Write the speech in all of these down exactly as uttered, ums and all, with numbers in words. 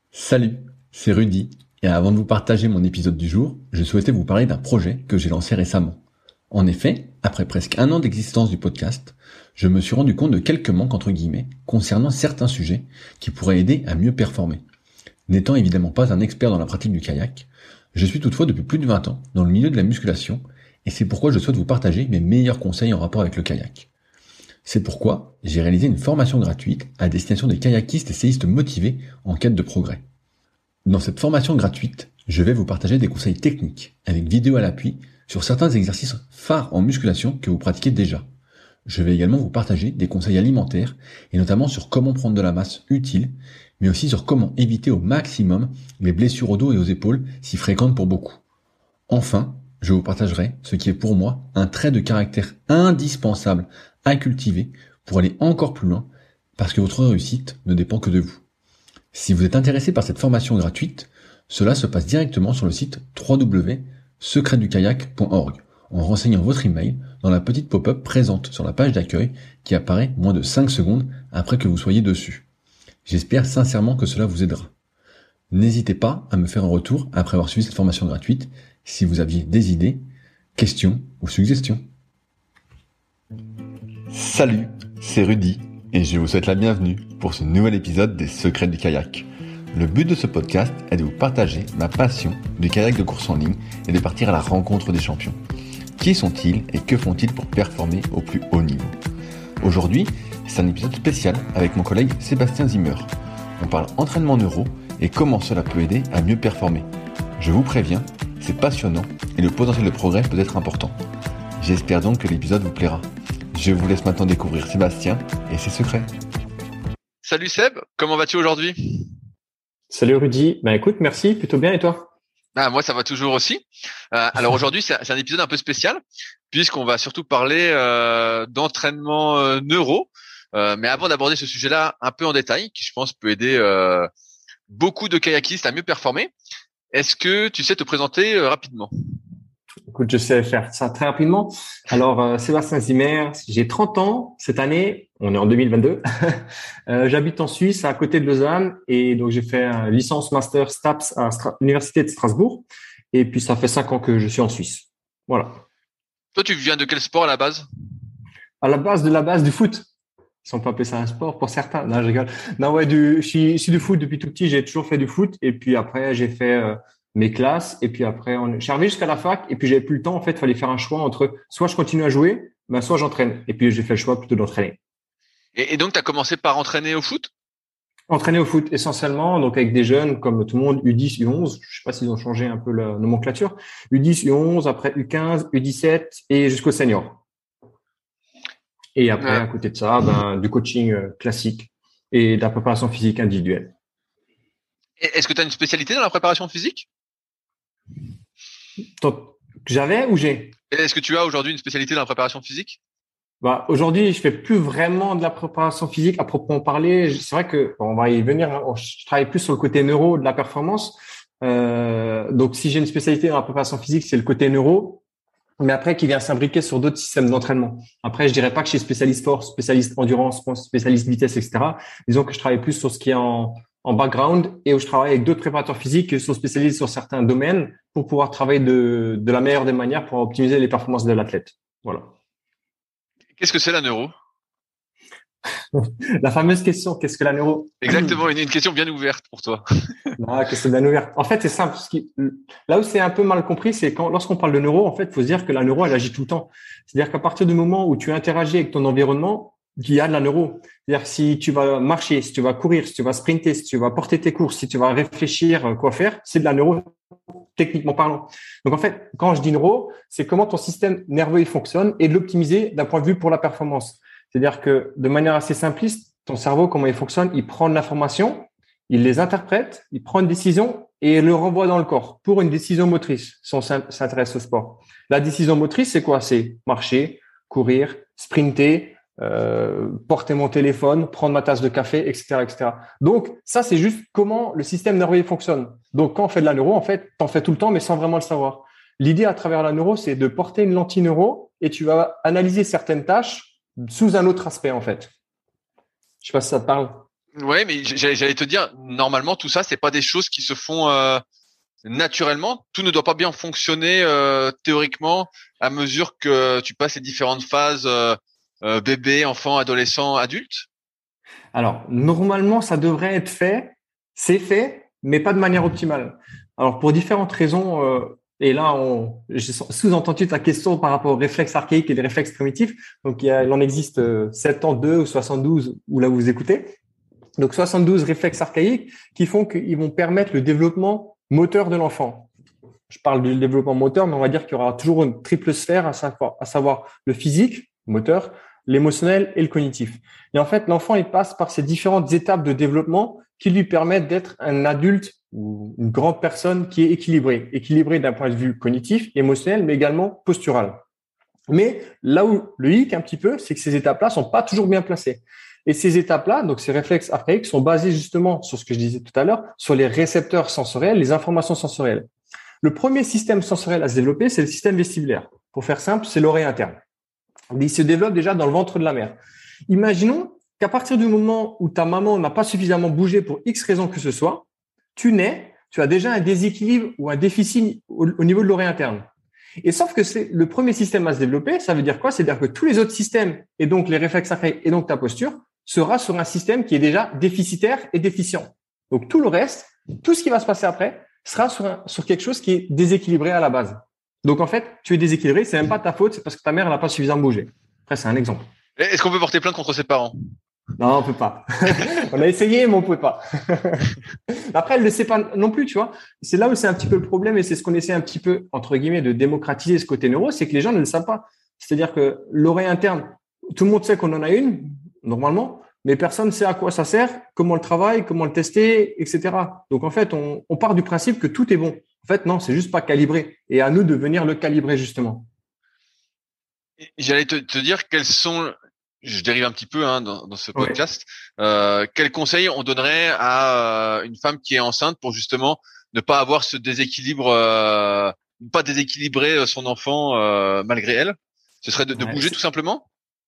Salut, c'est Rudy, et avant de vous partager mon épisode du jour, je souhaitais vous parler d'un projet que j'ai lancé récemment. En effet, après presque un an d'existence du podcast, je me suis rendu compte de quelques manques entre guillemets concernant certains sujets qui pourraient aider à mieux performer. N'étant évidemment pas un expert dans la pratique du kayak, je suis toutefois depuis plus de vingt ans dans le milieu de la musculation, et c'est pourquoi je souhaite vous partager mes meilleurs conseils en rapport avec le kayak. C'est pourquoi j'ai réalisé une formation gratuite à destination des kayakistes et séistes motivés en quête de progrès. Dans cette formation gratuite, je vais vous partager des conseils techniques, avec vidéo à l'appui, sur certains exercices phares en musculation que vous pratiquez déjà. Je vais également vous partager des conseils alimentaires, et notamment sur comment prendre de la masse utile, mais aussi sur comment éviter au maximum les blessures au dos et aux épaules si fréquentes pour beaucoup. Enfin, je vous partagerai ce qui est pour moi un trait de caractère indispensable à cultiver pour aller encore plus loin, parce que votre réussite ne dépend que de vous. Si vous êtes intéressé par cette formation gratuite, cela se passe directement sur le site w w w point secret du kayak point org en renseignant votre email dans la petite pop-up présente sur la page d'accueil qui apparaît moins de cinq secondes après que vous soyez dessus. J'espère sincèrement que cela vous aidera. N'hésitez pas à me faire un retour après avoir suivi cette formation gratuite si vous aviez des idées, questions ou suggestions. Salut, c'est Rudy et je vous souhaite la bienvenue pour ce nouvel épisode des Secrets du kayak. Le but de ce podcast est de vous partager ma passion du kayak de course en ligne et de partir à la rencontre des champions. Qui sont-ils et que font-ils pour performer au plus haut niveau ? Aujourd'hui, c'est un épisode spécial avec mon collègue Sébastien Zimmer. On parle entraînement neuro et comment cela peut aider à mieux performer. Je vous préviens, c'est passionnant et le potentiel de progrès peut être important. J'espère donc que l'épisode vous plaira. Je vous laisse maintenant découvrir Sébastien et ses secrets. Salut Seb, comment vas-tu aujourd'hui ? Salut Rudy, ben écoute, merci, plutôt bien et toi ? Ah, moi ça va toujours aussi. Euh, alors aujourd'hui c'est, c'est un épisode un peu spécial puisqu'on va surtout parler euh, d'entraînement euh, neuro. Euh, mais avant d'aborder ce sujet-là un peu en détail, qui je pense peut aider euh, beaucoup de kayakistes à mieux performer, est-ce que tu sais te présenter euh, rapidement ? Écoute, je sais faire ça très rapidement. Alors, euh, Sébastien Zimmer, j'ai trente ans cette année, on est en deux mille vingt-deux. euh, j'habite en Suisse, à côté de Lausanne, et donc j'ai fait un licence master STAPS à Stra- l'Université de Strasbourg, et puis ça fait cinq ans que je suis en Suisse. Voilà. Toi, tu viens de quel sport à la base ? À la base de la base du foot. Si on peut appeler ça un sport pour certains. Non, je rigole. Non, ouais, du, je suis, je suis du foot depuis tout petit. J'ai toujours fait du foot. Et puis après, j'ai fait euh, mes classes. Et puis après, on... je suis arrivé jusqu'à la fac. Et puis, j'avais plus le temps. En fait, il fallait faire un choix entre soit je continue à jouer, ben, soit j'entraîne. Et puis, j'ai fait le choix plutôt d'entraîner. Et, et donc, tu as commencé par entraîner au foot ? Entraîner au foot essentiellement, donc avec des jeunes comme tout le monde, U dix, U onze. Je sais pas s'ils ont changé un peu la nomenclature. U dix, U onze, après U quinze, U dix-sept et jusqu'au senior. Et après, à côté de ça, ben, du coaching euh, classique et de la préparation physique individuelle. Et est-ce que tu as une spécialité dans la préparation physique ? Donc, j'avais ou j'ai ? Et est-ce que tu as aujourd'hui une spécialité dans la préparation physique ? Bah, aujourd'hui, je fais plus vraiment de la préparation physique à proprement parler. C'est vrai que bon, on va y venir. Je travaille plus sur le côté neuro de la performance. Euh, donc, si j'ai une spécialité dans la préparation physique, c'est le côté neuro. Mais après, qui vient s'imbriquer sur d'autres systèmes d'entraînement. Après, je dirais pas que je suis spécialiste force, spécialiste endurance, spécialiste vitesse, et cetera. Disons que je travaille plus sur ce qui est en, en background et où je travaille avec d'autres préparateurs physiques qui sont spécialisés sur certains domaines pour pouvoir travailler de, de la meilleure des manières pour optimiser les performances de l'athlète. Voilà. Qu'est-ce que c'est la neuro ? La fameuse question, qu'est-ce que la neuro ? Exactement, une, une question bien ouverte pour toi. Ah, question bien ouverte. En fait, c'est simple. Ce qui, là où c'est un peu mal compris, c'est quand, lorsqu'on parle de neuro, en fait, il faut se dire que la neuro, elle agit tout le temps. C'est-à-dire qu'à partir du moment où tu interagis avec ton environnement, il y a de la neuro. C'est-à-dire que si tu vas marcher, si tu vas courir, si tu vas sprinter, si tu vas porter tes courses, si tu vas réfléchir quoi faire, c'est de la neuro, techniquement parlant. Donc, en fait, quand je dis neuro, c'est comment ton système nerveux il fonctionne et de l'optimiser d'un point de vue pour la performance. C'est-à-dire que de manière assez simpliste, ton cerveau, comment il fonctionne, il prend de l'information, il les interprète, il prend une décision et le renvoie dans le corps pour une décision motrice, si on s'intéresse au sport. La décision motrice, c'est quoi ? C'est marcher, courir, sprinter, euh, porter mon téléphone, prendre ma tasse de café, et cetera, et cetera. Donc, ça, c'est juste comment le système nerveux fonctionne. Donc, quand on fait de la neuro, en fait, t'en fais tout le temps, mais sans vraiment le savoir. L'idée à travers la neuro, c'est de porter une lentille neuro et tu vas analyser certaines tâches sous un autre aspect, en fait. Je sais pas si ça te parle. Ouais, mais j'allais, j'allais te dire, normalement, tout ça, c'est pas des choses qui se font euh, naturellement. Tout ne doit pas bien fonctionner euh, théoriquement à mesure que tu passes les différentes phases euh, euh, bébé, enfant, adolescent, adulte. Alors, normalement, ça devrait être fait, c'est fait, mais pas de manière optimale. Alors, pour différentes raisons, euh, et là, on, j'ai sous-entendu ta question par rapport aux réflexes archaïques et les réflexes primitifs. Donc, il, y a, il en existe euh, soixante-deux ou soixante-douze, où là vous écoutez. Donc, soixante-douze réflexes archaïques qui font qu'ils vont permettre le développement moteur de l'enfant. Je parle du développement moteur, mais on va dire qu'il y aura toujours une triple sphère, à savoir, à savoir le physique, moteur, l'émotionnel et le cognitif. Et en fait, l'enfant, il passe par ces différentes étapes de développement qui lui permettent d'être un adulte ou une grande personne qui est équilibrée. Équilibrée d'un point de vue cognitif, émotionnel, mais également postural. Mais là où le hic un petit peu, c'est que ces étapes-là sont pas toujours bien placées. Et ces étapes-là, donc ces réflexes archaïques, sont basés justement sur ce que je disais tout à l'heure, sur les récepteurs sensoriels, les informations sensorielles. Le premier système sensoriel à se développer, c'est le système vestibulaire. Pour faire simple, c'est l'oreille interne. Il se développe déjà dans le ventre de la mère. Imaginons qu'à partir du moment où ta maman n'a pas suffisamment bougé pour X raison que ce soit, tu nais, tu as déjà un déséquilibre ou un déficit au, au niveau de l'oreille interne. Et sauf que c'est le premier système à se développer, ça veut dire quoi? C'est-à-dire que tous les autres systèmes, et donc les réflexes archaïques et donc ta posture, sera sur un système qui est déjà déficitaire et déficient. Donc tout le reste, tout ce qui va se passer après, sera sur, un, sur quelque chose qui est déséquilibré à la base. Donc en fait, tu es déséquilibré, c'est même pas ta faute, c'est parce que ta mère n'a pas suffisamment bougé. Après, c'est un exemple. Est-ce qu'on peut porter plainte contre ses parents? Non, on peut pas. On a essayé, mais on pouvait pas. Après, elle ne le sait pas non plus, tu vois. C'est là où c'est un petit peu le problème et c'est ce qu'on essaie un petit peu, entre guillemets, de démocratiser ce côté neuro, c'est que les gens ne le savent pas. C'est-à-dire que l'oreille interne, tout le monde sait qu'on en a une, normalement, mais personne ne sait à quoi ça sert, comment le travaille, comment le tester, et cetera. Donc, en fait, on, on part du principe que tout est bon. En fait, non, c'est juste pas calibré. Et à nous de venir le calibrer, justement. J'allais te, te dire quels sont, je dérive un petit peu hein, dans, dans ce podcast, ouais. euh, quels conseils on donnerait à euh, une femme qui est enceinte pour justement ne pas avoir ce déséquilibre, euh, pas déséquilibrer son enfant euh, malgré elle. Ce serait de, de ouais, bouger tout simplement.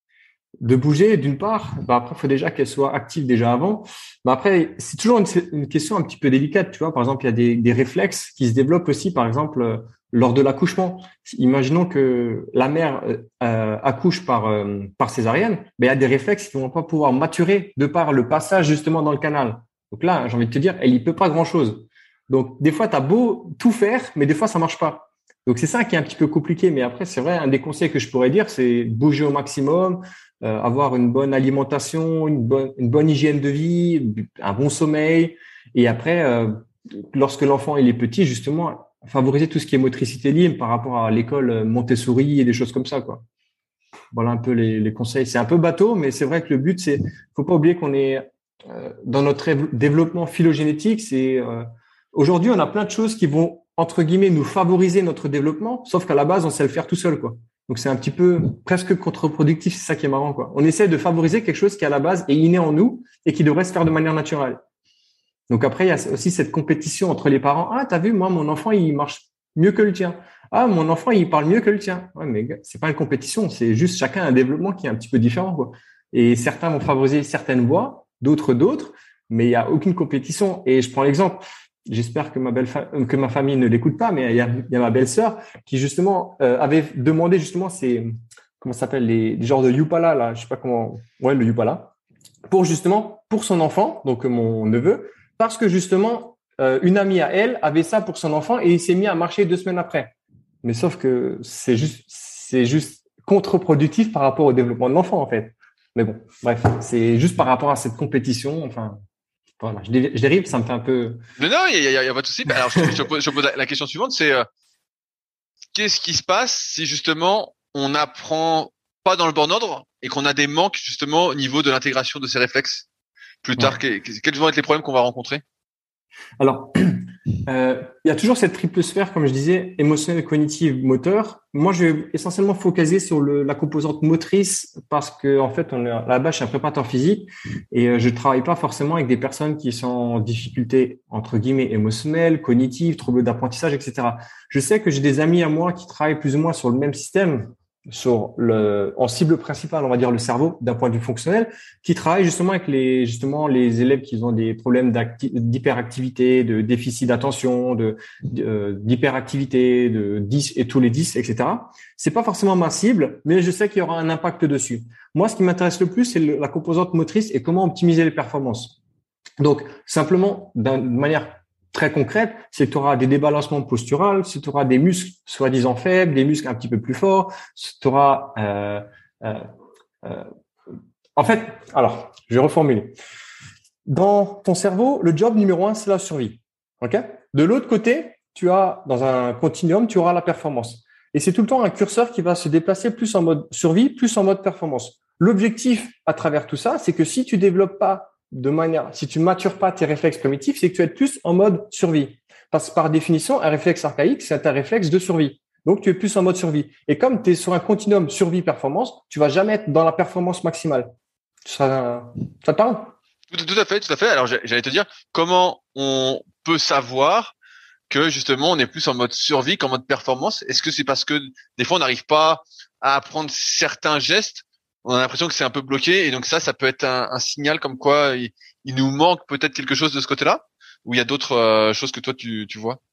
De bouger, d'une part. Bah après, il faut déjà qu'elle soit active déjà avant. Bah après, c'est toujours une, une question un petit peu délicate, tu vois. Par exemple, il y a des, des réflexes qui se développent aussi, par exemple, lors de l'accouchement. Imaginons que la mère euh, accouche par euh, par césarienne, mais il y a des réflexes qui vont pas pouvoir maturer de par le passage justement dans le canal. Donc là, j'ai envie de te dire, elle y peut pas grand-chose. Donc des fois, tu as beau tout faire, mais des fois, ça marche pas. Donc c'est ça qui est un petit peu compliqué. Mais après, c'est vrai, un des conseils que je pourrais dire, c'est bouger au maximum, euh, avoir une bonne alimentation, une bonne une bonne hygiène de vie, un bon sommeil. Et après, euh, lorsque l'enfant il est petit, justement, favoriser tout ce qui est motricité libre par rapport à l'école Montessori et des choses comme ça, quoi. Voilà un peu les, les conseils. C'est un peu bateau, mais c'est vrai que le but, c'est, faut pas oublier qu'on est euh, dans notre développement phylogénétique. C'est euh, aujourd'hui, on a plein de choses qui vont entre guillemets nous favoriser notre développement, sauf qu'à la base, on sait le faire tout seul, quoi. Donc c'est un petit peu presque contre-productif. C'est ça qui est marrant, quoi. On essaie de favoriser quelque chose qui à la base est inné en nous et qui devrait se faire de manière naturelle. Donc après, il y a aussi cette compétition entre les parents. Ah, t'as vu, moi, mon enfant, il marche mieux que le tien. Ah, mon enfant, il parle mieux que le tien. Ouais, mais c'est pas une compétition, c'est juste chacun a un développement qui est un petit peu différent, quoi. Et certains vont favoriser certaines voies, d'autres d'autres, mais il y a aucune compétition. Et je prends l'exemple. J'espère que ma belle fa- que ma famille ne l'écoute pas, mais il y a, il y a ma belle-sœur qui justement euh, avait demandé justement ces comment ça s'appelle les, les genres de Yupala là, je sais pas comment, ouais le Yupala, pour justement pour son enfant, donc mon neveu. Parce que justement, euh, une amie à elle avait ça pour son enfant et il s'est mis à marcher deux semaines après. Mais sauf que c'est juste, c'est juste contre-productif par rapport au développement de l'enfant en fait. Mais bon, bref, c'est juste par rapport à cette compétition. Enfin, voilà, je dérive, je dérive ça me fait un peu. Mais non, il y a, y a, y a pas de souci. Alors, je, je, pose, je pose la question suivante, c'est euh, qu'est-ce qui se passe si justement on n'apprend pas dans le bon ordre et qu'on a des manques justement au niveau de l'intégration de ces réflexes? Plus tard, ouais. Quels vont être les problèmes qu'on va rencontrer? Alors, euh, il y a toujours cette triple sphère, comme je disais, émotionnelle, cognitive, moteur. Moi, je vais essentiellement focaliser sur le, la composante motrice parce que, en fait, on est, à la base, je suis un préparateur physique et euh, je travaille pas forcément avec des personnes qui sont en difficulté, entre guillemets, émotionnelle, cognitive, troubles d'apprentissage, et cetera. Je sais que j'ai des amis à moi qui travaillent plus ou moins sur le même système. sur le, en cible principale, on va dire le cerveau d'un point de vue fonctionnel, qui travaille justement avec les, justement, les élèves qui ont des problèmes d'hyperactivité, de déficit d'attention, de, de, d'hyperactivité, de dix et tous les dix, et cetera. C'est pas forcément ma cible, mais je sais qu'il y aura un impact dessus. Moi, ce qui m'intéresse le plus, c'est le, la composante motrice et comment optimiser les performances. Donc, simplement, de manière très concrète, c'est que tu auras des débalancements posturaux, si tu auras des muscles soi-disant faibles, des muscles un petit peu plus forts, tu auras… Euh, euh, euh, en fait, alors, je vais reformuler. Dans ton cerveau, le job numéro un, c'est la survie. Ok ? De l'autre côté, tu as, dans un continuum, tu auras la performance. Et c'est tout le temps un curseur qui va se déplacer plus en mode survie, plus en mode performance. L'objectif à travers tout ça, c'est que si tu développes pas de manière, si tu matures pas tes réflexes primitifs, c'est que tu es plus en mode survie. Parce que par définition, un réflexe archaïque, c'est un réflexe de survie. Donc, tu es plus en mode survie. Et comme tu es sur un continuum survie-performance, tu vas jamais être dans la performance maximale. Ça, ça te parle? Tout, tout à fait, tout à fait. Alors, j'allais te dire, comment on peut savoir que justement, on est plus en mode survie qu'en mode performance? Est-ce que c'est parce que des fois, on n'arrive pas à apprendre certains gestes? On a l'impression que c'est un peu bloqué, et donc ça, ça peut être un, un signal comme quoi il, il nous manque peut-être quelque chose de ce côté-là, ou il y a d'autres euh, choses que toi tu, tu vois?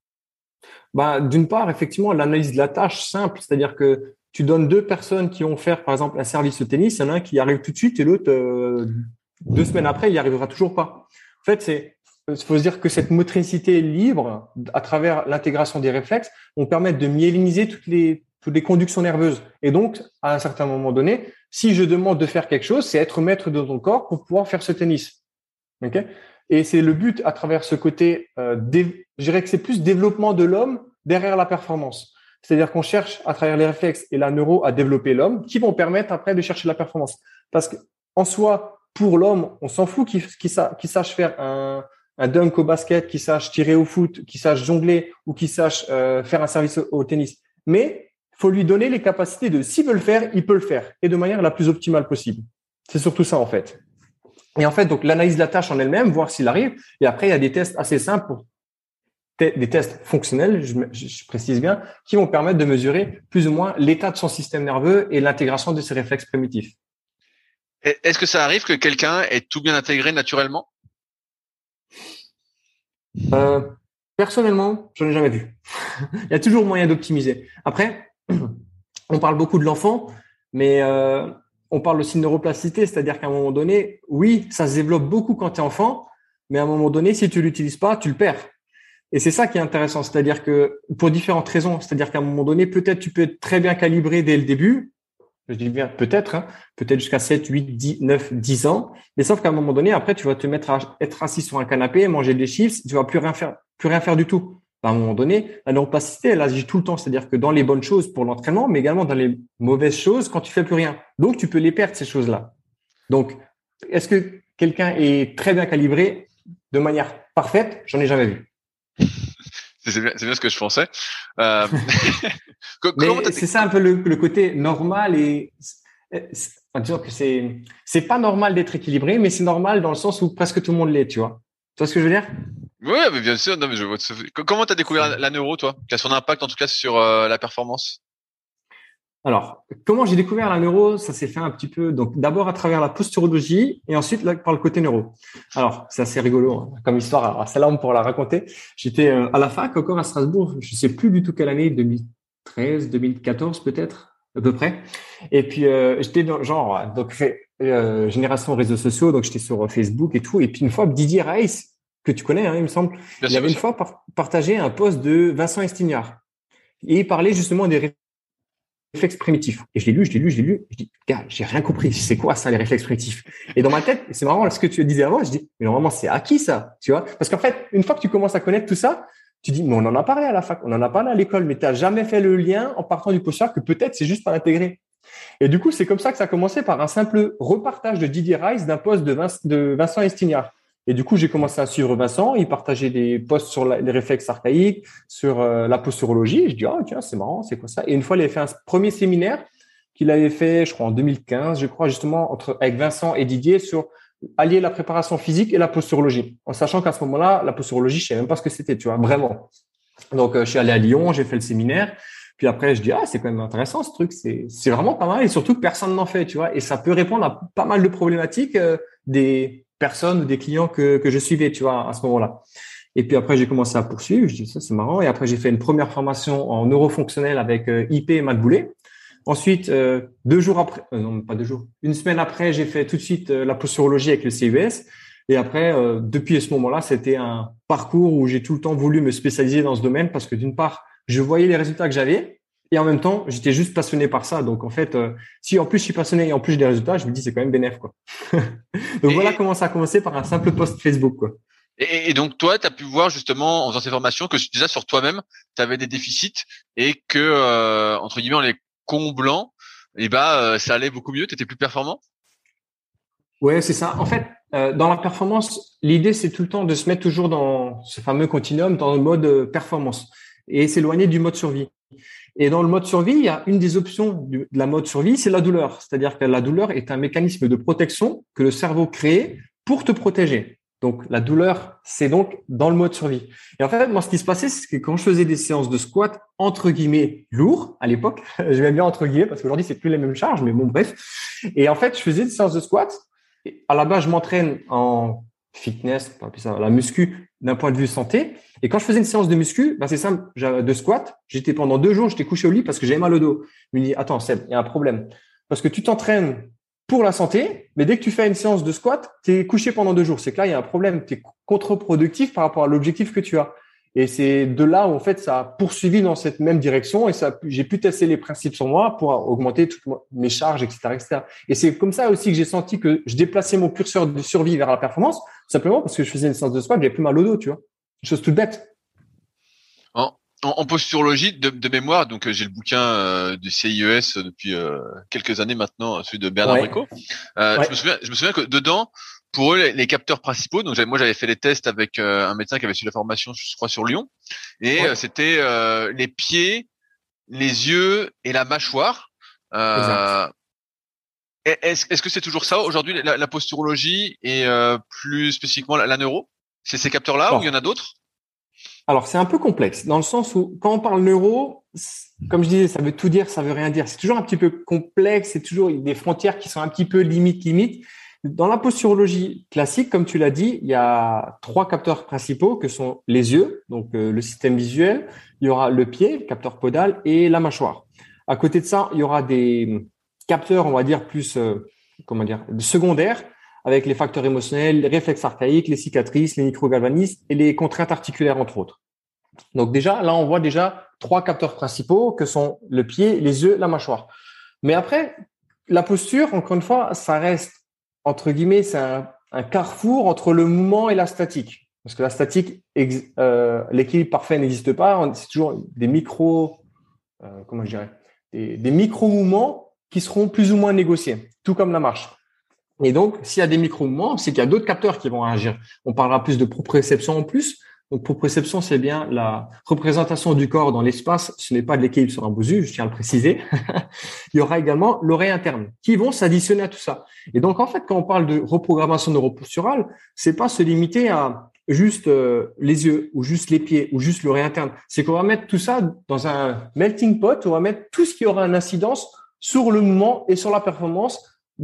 Bah, d'une part, effectivement, l'analyse de la tâche simple, c'est-à-dire que tu donnes deux personnes qui vont faire, par exemple, un service au tennis, il y en a un qui y arrive tout de suite et l'autre, euh, deux semaines après, il y arrivera toujours pas. En fait, c'est, il faut se dire que cette motricité libre, à travers l'intégration des réflexes, vont permettre de myéliniser toutes les toutes les conductions nerveuses. Et donc, à un certain moment donné, si je demande de faire quelque chose, c'est être maître de ton corps pour pouvoir faire ce tennis. Okay ? Et c'est le but à travers ce côté, euh, dé, je dirais que c'est plus développement de l'homme derrière la performance. C'est-à-dire qu'on cherche à travers les réflexes et la neuro à développer l'homme qui vont permettre après de chercher la performance. Parce que en soi, pour l'homme, on s'en fout qu'il, qu'il, qu'il sache faire un, un dunk au basket, qu'il sache tirer au foot, qu'il sache jongler ou qu'il sache euh, faire un service au, au tennis. Mais faut lui donner les capacités de, s'il veut le faire, il peut le faire, et de manière la plus optimale possible. C'est surtout ça, en fait. Et en fait, donc, l'analyse de la tâche en elle-même, voir s'il arrive. Et après, il y a des tests assez simples, pour te- des tests fonctionnels, je, je précise bien, qui vont permettre de mesurer plus ou moins l'état de son système nerveux et l'intégration de ses réflexes primitifs. Est-ce que ça arrive que quelqu'un ait tout bien intégré naturellement? Euh, personnellement, je n'ai jamais vu. Il y a toujours moyen d'optimiser. Après, on parle beaucoup de l'enfant, mais euh, on parle aussi de neuroplasticité, c'est-à-dire qu'à un moment donné, oui, ça se développe beaucoup quand tu es enfant, mais à un moment donné, si tu l'utilises pas, tu le perds. Et c'est ça qui est intéressant, c'est-à-dire que pour différentes raisons, c'est-à-dire qu'à un moment donné, peut-être tu peux être très bien calibré dès le début, je dis bien peut-être, hein, peut-être jusqu'à sept, huit, dix, neuf, dix ans, mais sauf qu'à un moment donné, après, tu vas te mettre à être assis sur un canapé, manger des chips, tu vas plus rien faire, plus rien faire du tout. À un moment donné, la neuroplasticité, elle agit tout le temps, c'est-à-dire que dans les bonnes choses pour l'entraînement, mais également dans les mauvaises choses quand tu fais plus rien. Donc, tu peux les perdre, ces choses-là. Donc, est-ce que quelqu'un est très bien calibré de manière parfaite? J'en ai jamais vu. C'est bien, c'est bien ce que je pensais. Euh... mais c'est ça un peu le, le côté normal et enfin, disons que c'est c'est pas normal d'être équilibré, mais c'est normal dans le sens où presque tout le monde l'est, tu vois. Tu vois ce que je veux dire? Oui, mais bien sûr. Non, mais je vois. Comment t'as découvert la neuro, toi, qui a son impact en tout cas sur euh, la performance? Alors, comment j'ai découvert la neuro? Ça s'est fait un petit peu, donc d'abord à travers la posturologie et ensuite là, par le côté neuro. Alors, c'est assez rigolo hein, comme histoire. Alors, celle-là, on pourra la raconter. J'étais euh, à la fac encore à Strasbourg. Je sais plus du tout quelle année, deux mille treize, deux mille quatorze peut-être, à peu près. Et puis, euh, j'étais dans genre, donc euh, génération réseaux sociaux, donc j'étais sur Facebook et tout. Et puis une fois, Didier Reiss, que tu connais, hein, il me semble, bien il sûr, avait une sûr. fois par- partagé un post de Vincent Estignard. Et il parlait justement des réflexes primitifs. Et je l'ai lu, je l'ai lu, je l'ai lu. Je dis, gars, j'ai rien compris. C'est quoi ça, les réflexes primitifs? Et dans ma tête, c'est marrant, ce que tu disais avant, je dis, mais normalement, c'est acquis ça, tu vois? Parce qu'en fait, une fois que tu commences à connaître tout ça, tu dis, mais on en a parlé à la fac, on en a parlé à l'école, mais tu n'as jamais fait le lien en partant du postulat que peut-être c'est juste pas intégré. Et du coup, c'est comme ça que ça a commencé par un simple repartage de Didier Reiss d'un post de, Vince, de Vincent Estignard. Et du coup, j'ai commencé à suivre Vincent. Il partageait des posts sur la, les réflexes archaïques, sur euh, la posturologie. Et je dis, ah, oh, tiens, c'est marrant, c'est quoi ça? Et une fois, il avait fait un premier séminaire qu'il avait fait, je crois, en deux mille quinze, je crois, justement, entre, avec Vincent et Didier sur allier la préparation physique et la posturologie. En sachant qu'à ce moment-là, la posturologie, je ne savais même pas ce que c'était, tu vois, vraiment. Donc, euh, je suis allé à Lyon, j'ai fait le séminaire. Puis après, je dis, ah, c'est quand même intéressant ce truc, c'est, c'est vraiment pas mal et surtout que personne n'en fait, tu vois. Et ça peut répondre à pas mal de problématiques euh, des personnes ou des clients que, que je suivais, tu vois, à ce moment-là. Et puis après, j'ai commencé à poursuivre. Je dis, ça, c'est marrant. Et après, j'ai fait une première formation en neurofonctionnel avec euh, I P et Matt Boulet. Ensuite, euh, deux jours après, euh, non, pas deux jours, une semaine après, j'ai fait tout de suite euh, la posturologie avec le C U S. Et après, euh, depuis ce moment-là, c'était un parcours où j'ai tout le temps voulu me spécialiser dans ce domaine parce que d'une part, je voyais les résultats que j'avais et en même temps, j'étais juste passionné par ça. Donc en fait, euh, si en plus je suis passionné et en plus j'ai des résultats, je me dis c'est quand même bénéf, quoi. Donc Et, voilà comment ça a commencé par un simple post Facebook, quoi. et, et donc toi, tu as pu voir justement en faisant ces formations que déjà sur toi-même, tu avais des déficits et que euh, entre guillemets en les comblant, et bah euh, ça allait beaucoup mieux, tu étais plus performant. Ouais, c'est ça. En fait, euh, dans la performance, l'idée, c'est tout le temps de se mettre toujours dans ce fameux continuum, dans le mode euh, performance et s'éloigner du mode survie. Et dans le mode survie, il y a une des options du, de la mode survie, c'est la douleur. C'est-à-dire que la douleur est un mécanisme de protection que le cerveau crée pour te protéger. Donc, la douleur, c'est donc dans le mode survie. Et en fait, moi, ce qui se passait, c'est que quand je faisais des séances de squat, entre guillemets, lourds, à l'époque, je vais bien entre guillemets, parce qu'aujourd'hui, c'est plus les mêmes charges, mais bon, bref. Et en fait, je faisais des séances de squat. Et à la base, je m'entraîne en fitness, on appelle ça la muscu, d'un point de vue santé. Et quand je faisais une séance de muscu, ben c'est simple, de squat, j'étais pendant deux jours, j'étais couché au lit parce que j'avais mal au dos. Je me dis, attends, Seb, il y a un problème. Parce que tu t'entraînes pour la santé, mais dès que tu fais une séance de squat, tu es couché pendant deux jours. C'est que là, il y a un problème. Tu es contre-productif par rapport à l'objectif que tu as. Et c'est de là où, en fait, ça a poursuivi dans cette même direction et ça, j'ai pu tester les principes sur moi pour augmenter toutes mes charges, et cetera, et cetera. Et c'est comme ça aussi que j'ai senti que je déplaçais mon curseur de survie vers la performance, simplement parce que je faisais une séance de squat, j'avais plus mal au dos, tu vois. Une chose toute bête. En, en, en posturologie de, de mémoire, donc euh, j'ai le bouquin euh, du C I E S depuis euh, quelques années maintenant, celui de Bernard Ouais. Bricot. Euh, Ouais. je me souviens, je me souviens que dedans, pour eux, les, les capteurs principaux. Donc j'avais- moi, j'avais fait les tests avec euh, un médecin qui avait suivi la formation, je crois, sur Lyon, et Ouais. euh, c'était euh, les pieds, les yeux et la mâchoire. Exact. Euh, est-ce, est-ce que c'est toujours ça aujourd'hui, la, la posturologie et euh, plus spécifiquement la, la neuro? C'est ces capteurs-là ou il y en a d'autres? Alors, c'est un peu complexe dans le sens où quand on parle neuro, comme je disais, ça veut tout dire, ça veut rien dire. C'est toujours un petit peu complexe, c'est toujours des frontières qui sont un petit peu limite, limite. Dans la posturologie classique, comme tu l'as dit, il y a trois capteurs principaux que sont les yeux, donc euh, le système visuel, il y aura le pied, le capteur podal et la mâchoire. À côté de ça, il y aura des capteurs, on va dire, plus, euh, comment dire, secondaires, avec les facteurs émotionnels, les réflexes archaïques, les cicatrices, les microgalvanismes et les contraintes articulaires, entre autres. Donc déjà, là, on voit déjà trois capteurs principaux que sont le pied, les yeux, la mâchoire. Mais après, la posture, encore une fois, ça reste, entre guillemets, c'est un, un carrefour entre le mouvement et la statique. Parce que la statique, ex, euh, l'équilibre parfait n'existe pas. C'est toujours des micro, euh, comment je dirais, des, des micro-mouvements qui seront plus ou moins négociés, tout comme la marche. Et donc, s'il y a des micro-mouvements, c'est qu'il y a d'autres capteurs qui vont réagir. On parlera plus de proprioception en plus. Donc, proprioception, c'est bien la représentation du corps dans l'espace. Ce n'est pas de l'équilibre sur un bosu, je tiens à le préciser. Il y aura également l'oreille interne qui vont s'additionner à tout ça. Et donc, en fait, quand on parle de reprogrammation neuroposturale, c'est pas se limiter à juste euh, les yeux ou juste les pieds ou juste l'oreille interne. C'est qu'on va mettre tout ça dans un melting pot. On va mettre tout ce qui aura une incidence sur le mouvement et sur la performance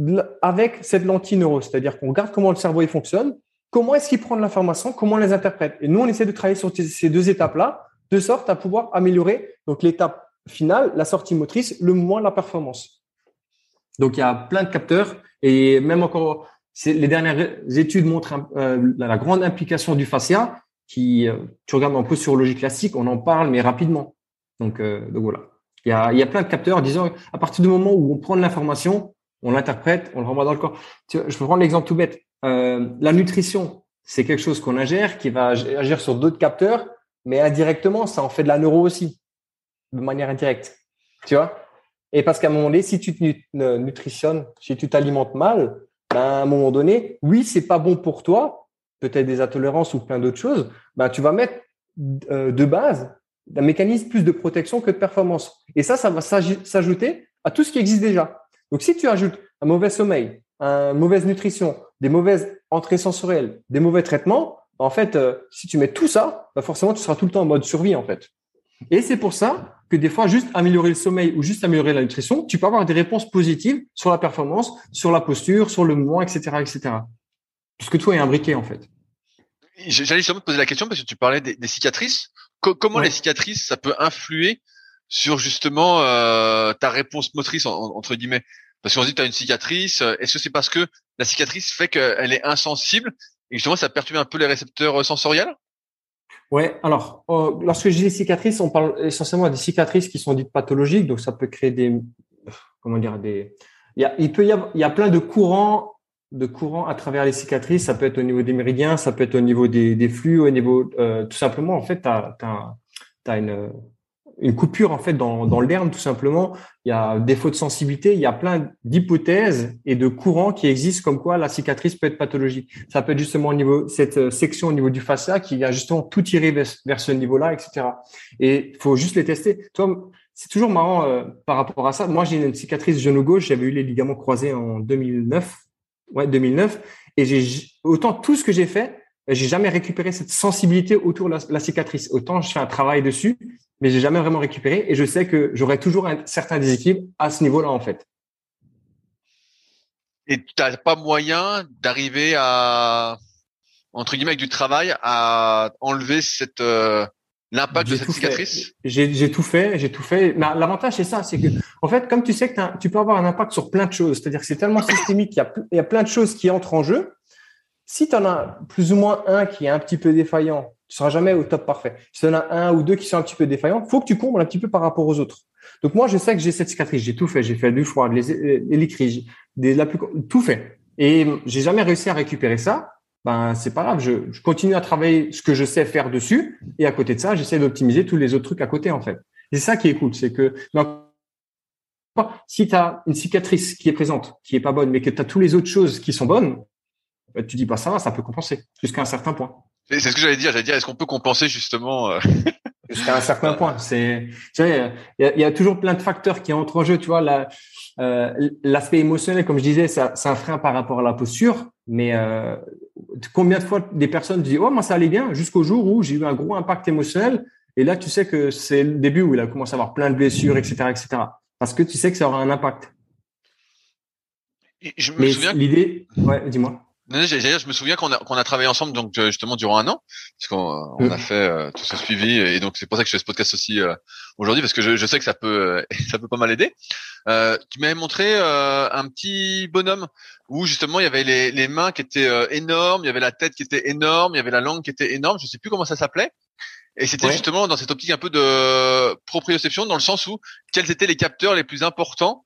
avec cette lentille neuro. C'est-à-dire qu'on regarde comment le cerveau il fonctionne, comment est-ce qu'il prend de l'information, comment on les interprète. Et nous, on essaie de travailler sur ces deux étapes-là, de sorte à pouvoir améliorer donc l'étape finale, la sortie motrice, le mouvement, la performance. Donc, il y a plein de capteurs et même encore, c'est, les dernières études montrent euh, la grande implication du fascia qui, euh, tu regardes en posturologie classique, on en parle, mais rapidement. Donc, euh, donc voilà. Il y, a, il y a plein de capteurs, disons, à partir du moment où on prend de l'information, on l'interprète, on le renvoie dans le corps. Tu vois, je peux prendre l'exemple tout bête. Euh, la nutrition, c'est quelque chose qu'on ingère, qui va agir sur d'autres capteurs, mais indirectement, ça en fait de la neuro aussi, de manière indirecte. Tu vois? Et parce qu'à un moment donné, si tu te nutritionnes, si tu t'alimentes mal, ben à un moment donné, oui, c'est pas bon pour toi, peut-être des intolérances ou plein d'autres choses, ben tu vas mettre euh, de base un mécanisme plus de protection que de performance. Et ça, ça va s'ajouter à tout ce qui existe déjà. Donc, si tu ajoutes un mauvais sommeil, une mauvaise nutrition, des mauvaises entrées sensorielles, des mauvais traitements, en fait, euh, si tu mets tout ça, bah forcément, tu seras tout le temps en mode survie, en fait. Et c'est pour ça que des fois, juste améliorer le sommeil ou juste améliorer la nutrition, tu peux avoir des réponses positives sur la performance, sur la posture, sur le mouvement, et cetera, et cetera. Puisque tout est imbriqué, en fait. J'allais justement te poser la question parce que tu parlais des, des cicatrices. Co- comment ouais. les cicatrices, ça peut influer sur justement euh, ta réponse motrice, en, entre guillemets? Parce qu'on se dit que tu as une cicatrice. Est-ce que c'est parce que la cicatrice fait qu'elle est insensible et justement ça perturbe un peu les récepteurs sensoriels? Ouais, alors, euh, lorsque je dis cicatrices, on parle essentiellement des cicatrices qui sont dites pathologiques, donc ça peut créer des, comment dire, des, il y a, il peut y avoir, il y a plein de courants, de courants à travers les cicatrices. Ça peut être au niveau des méridiens, ça peut être au niveau des, des flux, au niveau, euh, tout simplement, en fait, t'as, t'as, t'as une, une coupure, en fait, dans, dans le derme, tout simplement. Il y a défaut de sensibilité, il y a plein d'hypothèses et de courants qui existent comme quoi la cicatrice peut être pathologique. Ça peut être justement au niveau, cette section au niveau du fascia qui vient justement tout tirer vers, vers ce niveau-là, et cetera. Et il faut juste les tester. Toi, c'est toujours marrant euh, par rapport à ça. Moi, j'ai une cicatrice genou gauche, j'avais eu les ligaments croisés en deux mille neuf. Ouais, deux mille neuf. Et j'ai, autant tout ce que j'ai fait, j'ai jamais récupéré cette sensibilité autour de la, la cicatrice. Autant je fais un travail dessus, mais j'ai jamais vraiment récupéré. Et je sais que j'aurai toujours un certain déséquilibre à ce niveau-là, en fait. Et tu n'as pas moyen d'arriver à, entre guillemets, avec du travail, à enlever cette euh, l'impact j'ai de cette cicatrice? J'ai, j'ai tout fait, j'ai tout fait. Mais l'avantage, c'est ça, c'est que, en fait, comme tu sais que tu peux avoir un impact sur plein de choses, c'est-à-dire que c'est tellement systémique qu'il y a, il y a plein de choses qui entrent en jeu. Si tu en as plus ou moins un qui est un petit peu défaillant, tu seras jamais au top parfait. Si tu en as un ou deux qui sont un petit peu défaillants, faut que tu combles un petit peu par rapport aux autres. Donc moi, je sais que j'ai cette cicatrice, j'ai tout fait, j'ai fait du froid, les électriques, des la plus, tout fait, et j'ai jamais réussi à récupérer ça. Ben c'est pas grave, je, je continue à travailler ce que je sais faire dessus, et à côté de ça, j'essaie d'optimiser tous les autres trucs à côté en fait. Et c'est ça qui est cool, c'est que donc, si tu as une cicatrice qui est présente, qui est pas bonne, mais que tu as toutes les autres choses qui sont bonnes, tu dis, bah, ça va, ça peut compenser jusqu'à un certain point. C'est ce que j'allais dire. J'allais dire, est-ce qu'on peut compenser justement euh... jusqu'à un certain point. C'est, tu sais, il y, y a toujours plein de facteurs qui entrent en jeu. Tu vois, la, euh, l'aspect émotionnel, comme je disais, ça, c'est un frein par rapport à la posture. Mais euh, combien de fois des personnes disent, oh, moi, ça allait bien, jusqu'au jour où j'ai eu un gros impact émotionnel. Et là, tu sais que c'est le début où il a commencé à avoir plein de blessures, et cetera, et cetera. Parce que tu sais que ça aura un impact. Et je me mais souviens. L'idée, ouais, dis-moi. Non, j'allais je me souviens qu'on a qu'on a travaillé ensemble donc justement durant un an parce qu'on on a fait euh, tout ce suivi et donc c'est pour ça que je fais ce podcast aussi euh, aujourd'hui parce que je, je sais que ça peut euh, ça peut pas mal aider. Euh, tu m'avais montré euh, un petit bonhomme où justement il y avait les les mains qui étaient euh, énormes, il y avait la tête qui était énorme, il y avait la langue qui était énorme, je sais plus comment ça s'appelait. Et c'était ouais. justement dans cette optique un peu de proprioception dans le sens où quels étaient les capteurs les plus importants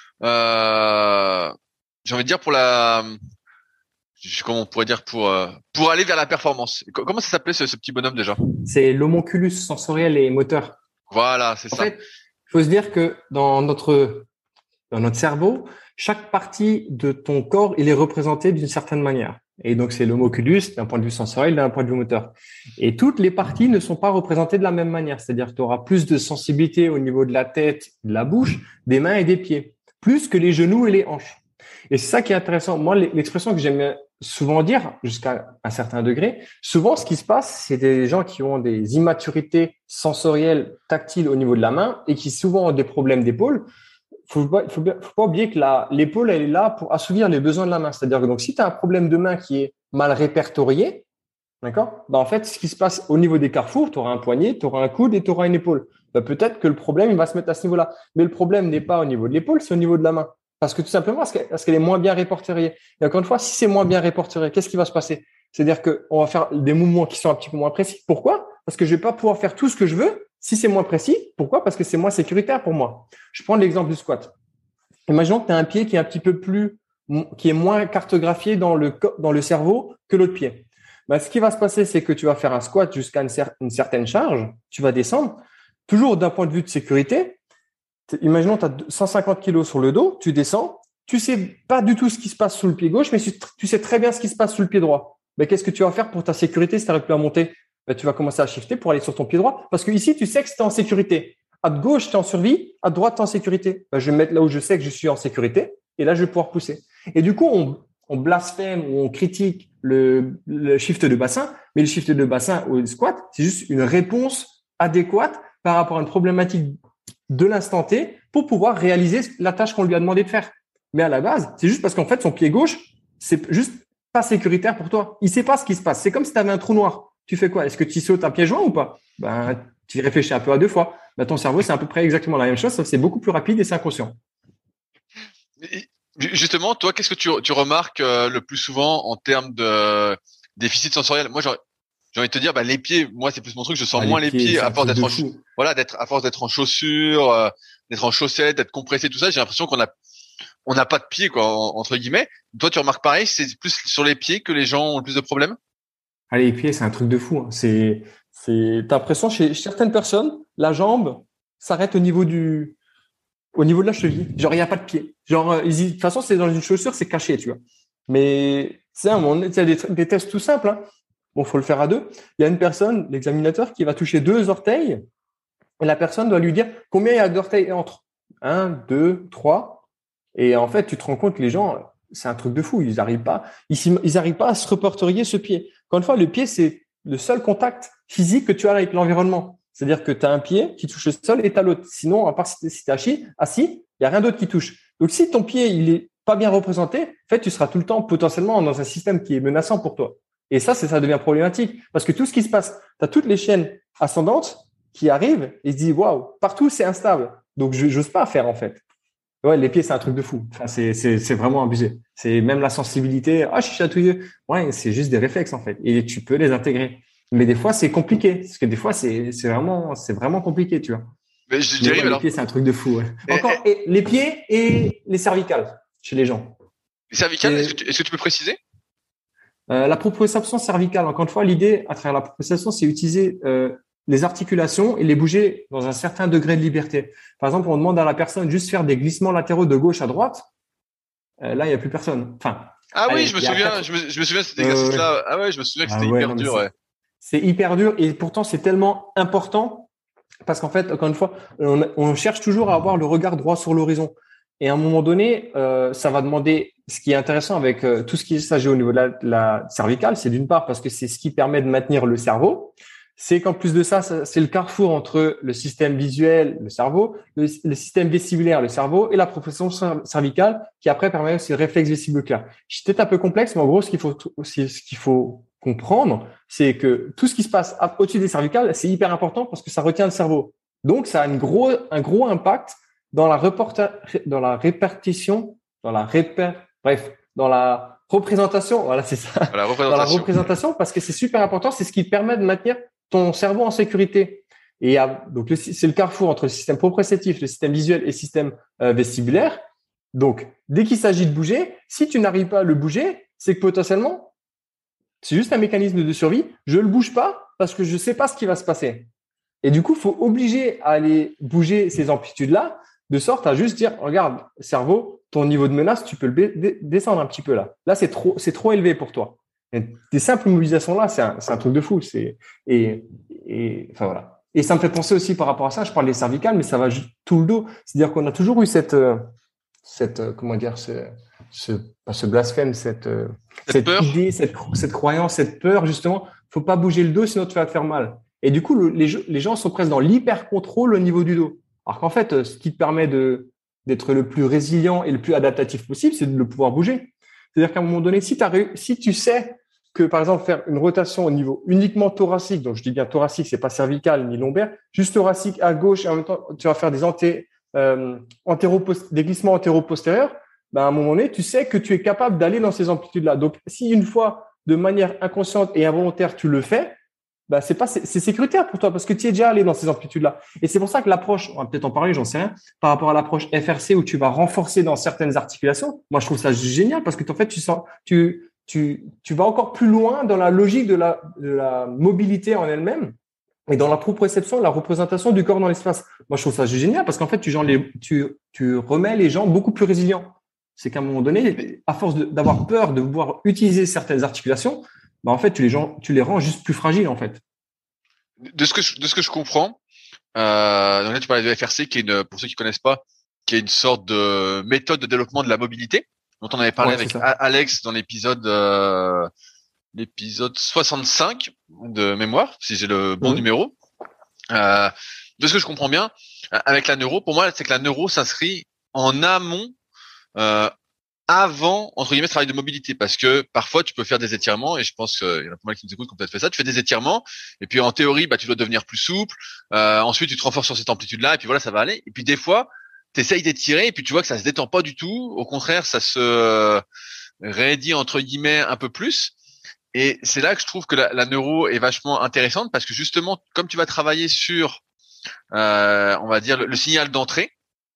euh, j'ai envie de dire pour la comment on pourrait dire pour euh, pour aller vers la performance. Comment ça s'appelait ce, ce petit bonhomme déjà? C'est l'homonculus sensoriel et moteur. Voilà, c'est en ça. En fait, il faut se dire que dans notre dans notre cerveau, chaque partie de ton corps, il est représenté d'une certaine manière. Et donc c'est l'homonculus d'un point de vue sensoriel, d'un point de vue moteur. Et toutes les parties ne sont pas représentées de la même manière. C'est-à-dire que tu auras plus de sensibilité au niveau de la tête, de la bouche, des mains et des pieds, plus que les genoux et les hanches. Et c'est ça qui est intéressant. Moi, l'expression que j'aime souvent dire, jusqu'à un certain degré, souvent, ce qui se passe, c'est des gens qui ont des immaturités sensorielles, tactiles au niveau de la main et qui souvent ont des problèmes d'épaule. Faut pas, faut, faut pas oublier que la, l'épaule, elle est là pour assouvir les besoins de la main. C'est-à-dire que donc, si tu as un problème de main qui est mal répertorié, d'accord, ben, en fait, ce qui se passe au niveau des carrefours, tu auras un poignet, tu auras un coude et tu auras une épaule. Ben, peut-être que le problème, il va se mettre à ce niveau-là. Mais le problème n'est pas au niveau de l'épaule, c'est au niveau de la main. Parce que tout simplement, parce qu'elle, parce qu'elle est moins bien répertoriée. Et encore une fois, si c'est moins bien répertorié, qu'est-ce qui va se passer? C'est-à-dire qu'on va faire des mouvements qui sont un petit peu moins précis. Pourquoi? Parce que je vais pas pouvoir faire tout ce que je veux si c'est moins précis. Pourquoi? Parce que c'est moins sécuritaire pour moi. Je prends l'exemple du squat. Imaginons que tu as un pied qui est un petit peu plus, qui est moins cartographié dans le, dans le cerveau que l'autre pied. Ben, ce qui va se passer, c'est que tu vas faire un squat jusqu'à une, cer- une certaine charge. Tu vas descendre. Toujours d'un point de vue de sécurité. Imaginons, tu as cent cinquante kilos sur le dos, tu descends, tu sais pas du tout ce qui se passe sous le pied gauche, mais tu sais très bien ce qui se passe sous le pied droit. Ben, qu'est-ce que tu vas faire pour ta sécurité si tu n'arrives plus à monter? Ben, tu vas commencer à shifter pour aller sur ton pied droit. Parce que ici, tu sais que tu es en sécurité. À gauche, tu es en survie, à droite, tu es en sécurité. Ben, je vais me mettre là où je sais que je suis en sécurité et là, je vais pouvoir pousser. Et du coup, on, on blasphème ou on critique le, le shift de bassin, mais le shift de bassin au squat, c'est juste une réponse adéquate par rapport à une problématique de l'instant T pour pouvoir réaliser la tâche qu'on lui a demandé de faire. Mais à la base, c'est juste parce qu'en fait, son pied gauche, c'est juste pas sécuritaire pour toi. Il sait pas ce qui se passe. C'est comme si tu avais un trou noir. Tu fais quoi? Est-ce que tu sautes à pieds joints ou pas? Ben, tu réfléchis un peu à deux fois. Ben, ton cerveau, c'est à peu près exactement la même chose, sauf que c'est beaucoup plus rapide et c'est inconscient. Et justement, toi, qu'est-ce que tu, tu remarques euh, le plus souvent en termes de déficit sensoriel? Moi, j'ai j'ai envie de te dire, bah, les pieds, moi, c'est plus mon truc. Je sens ah, moins les pieds, les pieds à force d'être en, voilà, d'être à force d'être en chaussures, euh, d'être en chaussettes, d'être compressé, tout ça. J'ai l'impression qu'on a on n'a pas de pieds, quoi, entre guillemets. Toi, tu remarques pareil, c'est plus sur les pieds que les gens ont le plus de problèmes? Ah, les pieds, c'est un truc de fou. Hein. C'est, c'est, t'as l'impression chez certaines personnes, la jambe s'arrête au niveau du, au niveau de la cheville. Genre, il n'y a pas de pied. Genre, ils disent, de toute façon, c'est dans une chaussure, c'est caché, tu vois. Mais, c'est un moment, il y a des, des tests tout simples, hein. Bon, faut le faire à deux. Il y a une personne, l'examinateur, qui va toucher deux orteils et la personne doit lui dire combien il y a d'orteils entre. Un, deux, trois. Et en fait, tu te rends compte que les gens, c'est un truc de fou. Ils n'arrivent pas, ils, ils arrivent pas à se reporterier ce pied. Encore une fois, le pied, c'est le seul contact physique que tu as avec l'environnement. C'est-à-dire que tu as un pied qui touche le sol et tu as l'autre. Sinon, à part si tu es assis, assis, il n'y a rien d'autre qui touche. Donc, si ton pied, il est pas bien représenté, en fait, tu seras tout le temps potentiellement dans un système qui est menaçant pour toi. Et ça, c'est, ça devient problématique parce que tout ce qui se passe, tu as toutes les chaînes ascendantes qui arrivent et se disent, waouh, partout, c'est instable. Donc, je n'ose pas faire, en fait. Ouais, les pieds, c'est un truc de fou. Enfin, c'est, c'est, c'est vraiment abusé. C'est même la sensibilité. Ah, je suis chatouilleux. Ouais, c'est juste des réflexes, en fait. Et tu peux les intégrer. Mais des fois, c'est compliqué. Parce que des fois, c'est, c'est vraiment, c'est vraiment compliqué, tu vois. Mais je dirais, ouais, alors. Les pieds, c'est un truc de fou, ouais. Et, Encore, et... Et les pieds et les cervicales chez les gens. Les cervicales, est-ce que tu, est-ce que tu peux préciser? Euh, la proprioception cervicale, encore une fois, l'idée à travers la proprioception, c'est utiliser euh, les articulations et les bouger dans un certain degré de liberté. Par exemple, on demande à la personne juste faire des glissements latéraux de gauche à droite. Euh, là, il n'y a plus personne. Enfin. Ah allez, oui, je me souviens. Quatre... Je, me, je me souviens de cet exercice-là. Euh, ah ouais, je me souviens que c'était ah ouais, hyper non, dur. C'est, ouais. c'est hyper dur et pourtant c'est tellement important parce qu'en fait, encore une fois, on, on cherche toujours à avoir le regard droit sur l'horizon. Et à un moment donné, euh, ça va demander. Ce qui est intéressant avec euh, tout ce qui s'agit au niveau de la, de la cervicale, c'est d'une part parce que c'est ce qui permet de maintenir le cerveau. C'est qu'en plus de ça, ça, c'est le carrefour entre le système visuel, le cerveau, le, le système vestibulaire, le cerveau, et la proprioception cervicale, qui après permet aussi le réflexe vestibulaire. C'est peut-être un peu complexe, mais en gros, ce qu'il faut, ce qu'il faut comprendre, c'est que tout ce qui se passe au-dessus des cervicales, c'est hyper important parce que ça retient le cerveau. Donc, ça a une gros, un gros impact dans la, reporta, dans la répartition, dans la réper, bref, dans la représentation. Voilà, c'est ça. La représentation. Dans la représentation, parce que c'est super important. C'est ce qui permet de maintenir ton cerveau en sécurité. Et donc, le, c'est le carrefour entre le système proprioceptif, le système visuel et le système euh, vestibulaire. Donc, dès qu'il s'agit de bouger, si tu n'arrives pas à le bouger, c'est que potentiellement, c'est juste un mécanisme de survie. Je le bouge pas parce que je sais pas ce qui va se passer. Et du coup, il faut obliger à aller bouger ces amplitudes-là, de sorte à juste dire, regarde, cerveau, ton niveau de menace, tu peux le b- descendre un petit peu là. Là, c'est trop, c'est trop élevé pour toi. Et des simples mobilisations-là, c'est un, c'est un truc de fou. C'est, et, et, enfin voilà. Et ça me fait penser aussi par rapport à ça, je parle des cervicales, mais ça va tout le dos. C'est-à-dire qu'on a toujours eu cette, cette, comment dire, ce, ce, pas ce blasphème, cette, cette, cette peur. idée, cette, cette croyance, cette peur, justement. Faut pas bouger le dos, sinon tu vas te faire mal. Et du coup, le, les, les gens sont presque dans l'hyper-contrôle au niveau du dos. Alors qu'en fait, ce qui te permet de, d'être le plus résilient et le plus adaptatif possible, c'est de le pouvoir bouger. C'est-à-dire qu'à un moment donné, si, t'as, si tu sais que, par exemple, faire une rotation au niveau uniquement thoracique, donc je dis bien thoracique, c'est pas cervical ni lombaire, juste thoracique à gauche, et en même temps, tu vas faire des, anté, euh, antéropost- des glissements antéro-postérieurs, ben, à un moment donné, tu sais que tu es capable d'aller dans ces amplitudes-là. Donc, si une fois, de manière inconsciente et involontaire, tu le fais, bah, c'est pas, c'est, c'est sécuritaire pour toi parce que tu es déjà allé dans ces amplitudes-là. Et c'est pour ça que l'approche, on va peut-être en parler, j'en sais rien, par rapport à l'approche F R C où tu vas renforcer dans certaines articulations. Moi, je trouve ça génial parce que, en fait, tu sens, tu, tu, tu vas encore plus loin dans la logique de la, de la mobilité en elle-même et dans la proprioception, la représentation du corps dans l'espace. Moi, je trouve ça génial parce qu'en fait, tu, genre les, tu, tu remets les gens beaucoup plus résilients. C'est qu'à un moment donné, à force de, d'avoir peur de pouvoir utiliser certaines articulations, bah en fait, tu les, gens, tu les rends juste plus fragiles, en fait. De ce que je, de ce que je comprends, euh, donc là, tu parlais de F R C, qui est une, pour ceux qui connaissent pas, qui est une sorte de méthode de développement de la mobilité, dont on avait parlé ouais, avec Alex dans l'épisode, euh, l'épisode soixante-cinq de mémoire, si j'ai le bon mmh. numéro. Euh, de ce que je comprends bien, avec la neuro, pour moi, c'est que la neuro s'inscrit en amont, euh, avant, entre guillemets, ce travail de mobilité, parce que parfois tu peux faire des étirements, et je pense qu'il y en a pas mal qui nous écoutent qui ont peut-être fait ça. Tu fais des étirements, et puis en théorie, bah tu dois devenir plus souple. Euh, ensuite, tu te renforces sur cette amplitude-là, et puis voilà, ça va aller. Et puis des fois, tu essayes d'étirer, et puis tu vois que ça se détend pas du tout. Au contraire, ça se euh, raidit entre guillemets un peu plus. Et c'est là que je trouve que la, la neuro est vachement intéressante, parce que justement, comme tu vas travailler sur, euh, on va dire le, le signal d'entrée.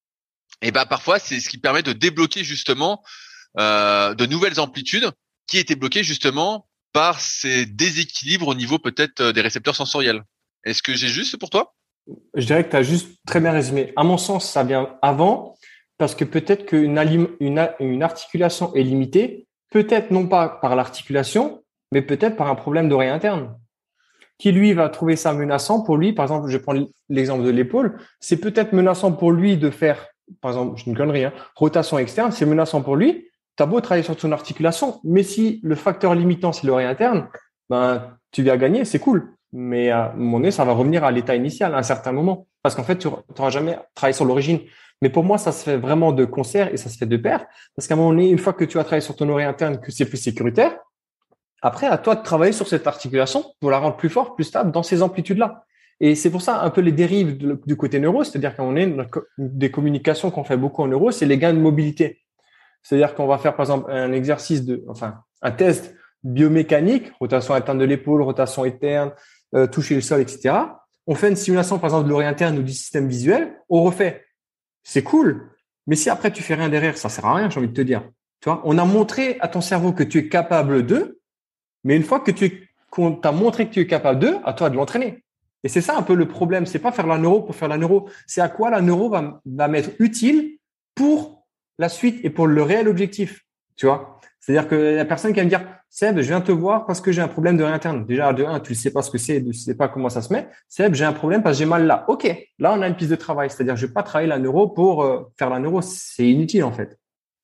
Et ben parfois c'est ce qui permet de débloquer justement euh, de nouvelles amplitudes qui étaient bloquées justement par ces déséquilibres au niveau peut-être des récepteurs sensoriels. Est-ce que j'ai juste pour toi? Je dirais que tu as juste très bien résumé. À mon sens, ça vient avant parce que peut-être qu'une alim- une, une articulation est limitée, peut-être non pas par l'articulation, mais peut-être par un problème d'oreille interne. Qui lui va trouver ça menaçant pour lui. Par exemple, je prends l'exemple de l'épaule. C'est peut-être menaçant pour lui de faire, par exemple, je ne connerie, hein, rotation externe, c'est menaçant pour lui. Tu as beau travailler sur ton articulation, mais si le facteur limitant, c'est l'oreille interne, ben, tu viens gagner, c'est cool. Mais à un moment donné, ça va revenir à l'état initial à un certain moment. Parce qu'en fait, tu n'auras jamais travaillé sur l'origine. Mais pour moi, ça se fait vraiment de concert et ça se fait de pair. Parce qu'à un moment donné, une fois que tu as travaillé sur ton oreille interne, que c'est plus sécuritaire, après, à toi de travailler sur cette articulation pour la rendre plus forte, plus stable dans ces amplitudes-là. Et c'est pour ça un peu les dérives de, du côté neuro, c'est-à-dire qu'on est des communications qu'on fait beaucoup en neuro, c'est les gains de mobilité. C'est-à-dire qu'on va faire par exemple un exercice de, enfin un test biomécanique, rotation interne de l'épaule, rotation interne, euh, toucher le sol, et cetera. On fait une simulation par exemple de l'oreille interne ou du système visuel, on refait. C'est cool, mais si après tu fais rien derrière, ça sert à rien, j'ai envie de te dire. Tu vois, on a montré à ton cerveau que tu es capable de, mais une fois que tu es, qu'on t'a montré que tu es capable de, à toi de l'entraîner. Et c'est ça un peu le problème. C'est pas faire la neuro pour faire la neuro. C'est à quoi la neuro va, va m'être utile pour la suite et pour le réel objectif. Tu vois? C'est-à-dire que la personne qui va me dire, Seb, je viens te voir parce que j'ai un problème de réinterne. Déjà, de un, tu ne sais pas ce que c'est, tu ne sais pas comment ça se met. Seb, j'ai un problème parce que j'ai mal là. OK. Là, on a une piste de travail. C'est-à-dire, je vais pas travailler la neuro pour euh, faire la neuro. C'est inutile, en fait.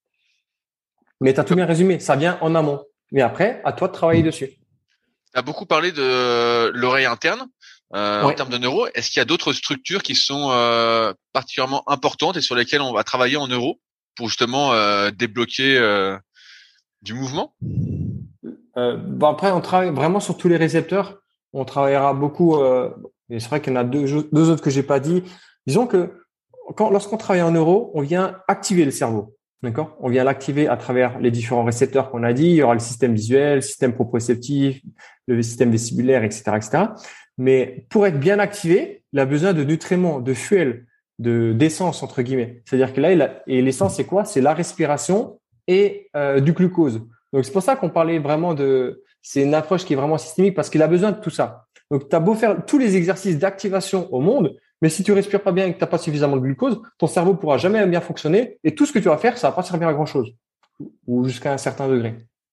Mais tu as tout bien résumé. Ça vient en amont. Mais après, à toi de travailler dessus. Tu as beaucoup parlé de l'oreille interne. Euh, ouais. En termes de neuro, est-ce qu'il y a d'autres structures qui sont euh, particulièrement importantes et sur lesquelles on va travailler en neuro pour justement euh, débloquer euh, du mouvement? euh, bon Après, on travaille vraiment sur tous les récepteurs. On travaillera beaucoup. Euh, et c'est vrai qu'il y en a deux, deux autres que j'ai pas dit. Disons que quand, lorsqu'on travaille en neuro, on vient activer le cerveau. D'accord? On vient l'activer à travers les différents récepteurs qu'on a dit. Il y aura le système visuel, le système proprioceptif, le système vestibulaire, et cetera, et cetera. Mais pour être bien activé, il a besoin de nutriments, de fuel, de d'essence entre guillemets. C'est-à-dire que là, il a, et l'essence c'est quoi? C'est la respiration et euh, du glucose. Donc c'est pour ça qu'on parlait vraiment de. C'est une approche qui est vraiment systémique parce qu'il a besoin de tout ça. Donc tu as beau faire tous les exercices d'activation au monde, mais si tu respires pas bien et que tu n'as pas suffisamment de glucose, ton cerveau pourra jamais bien fonctionner et tout ce que tu vas faire, ça va pas servir à grand chose ou jusqu'à un certain degré.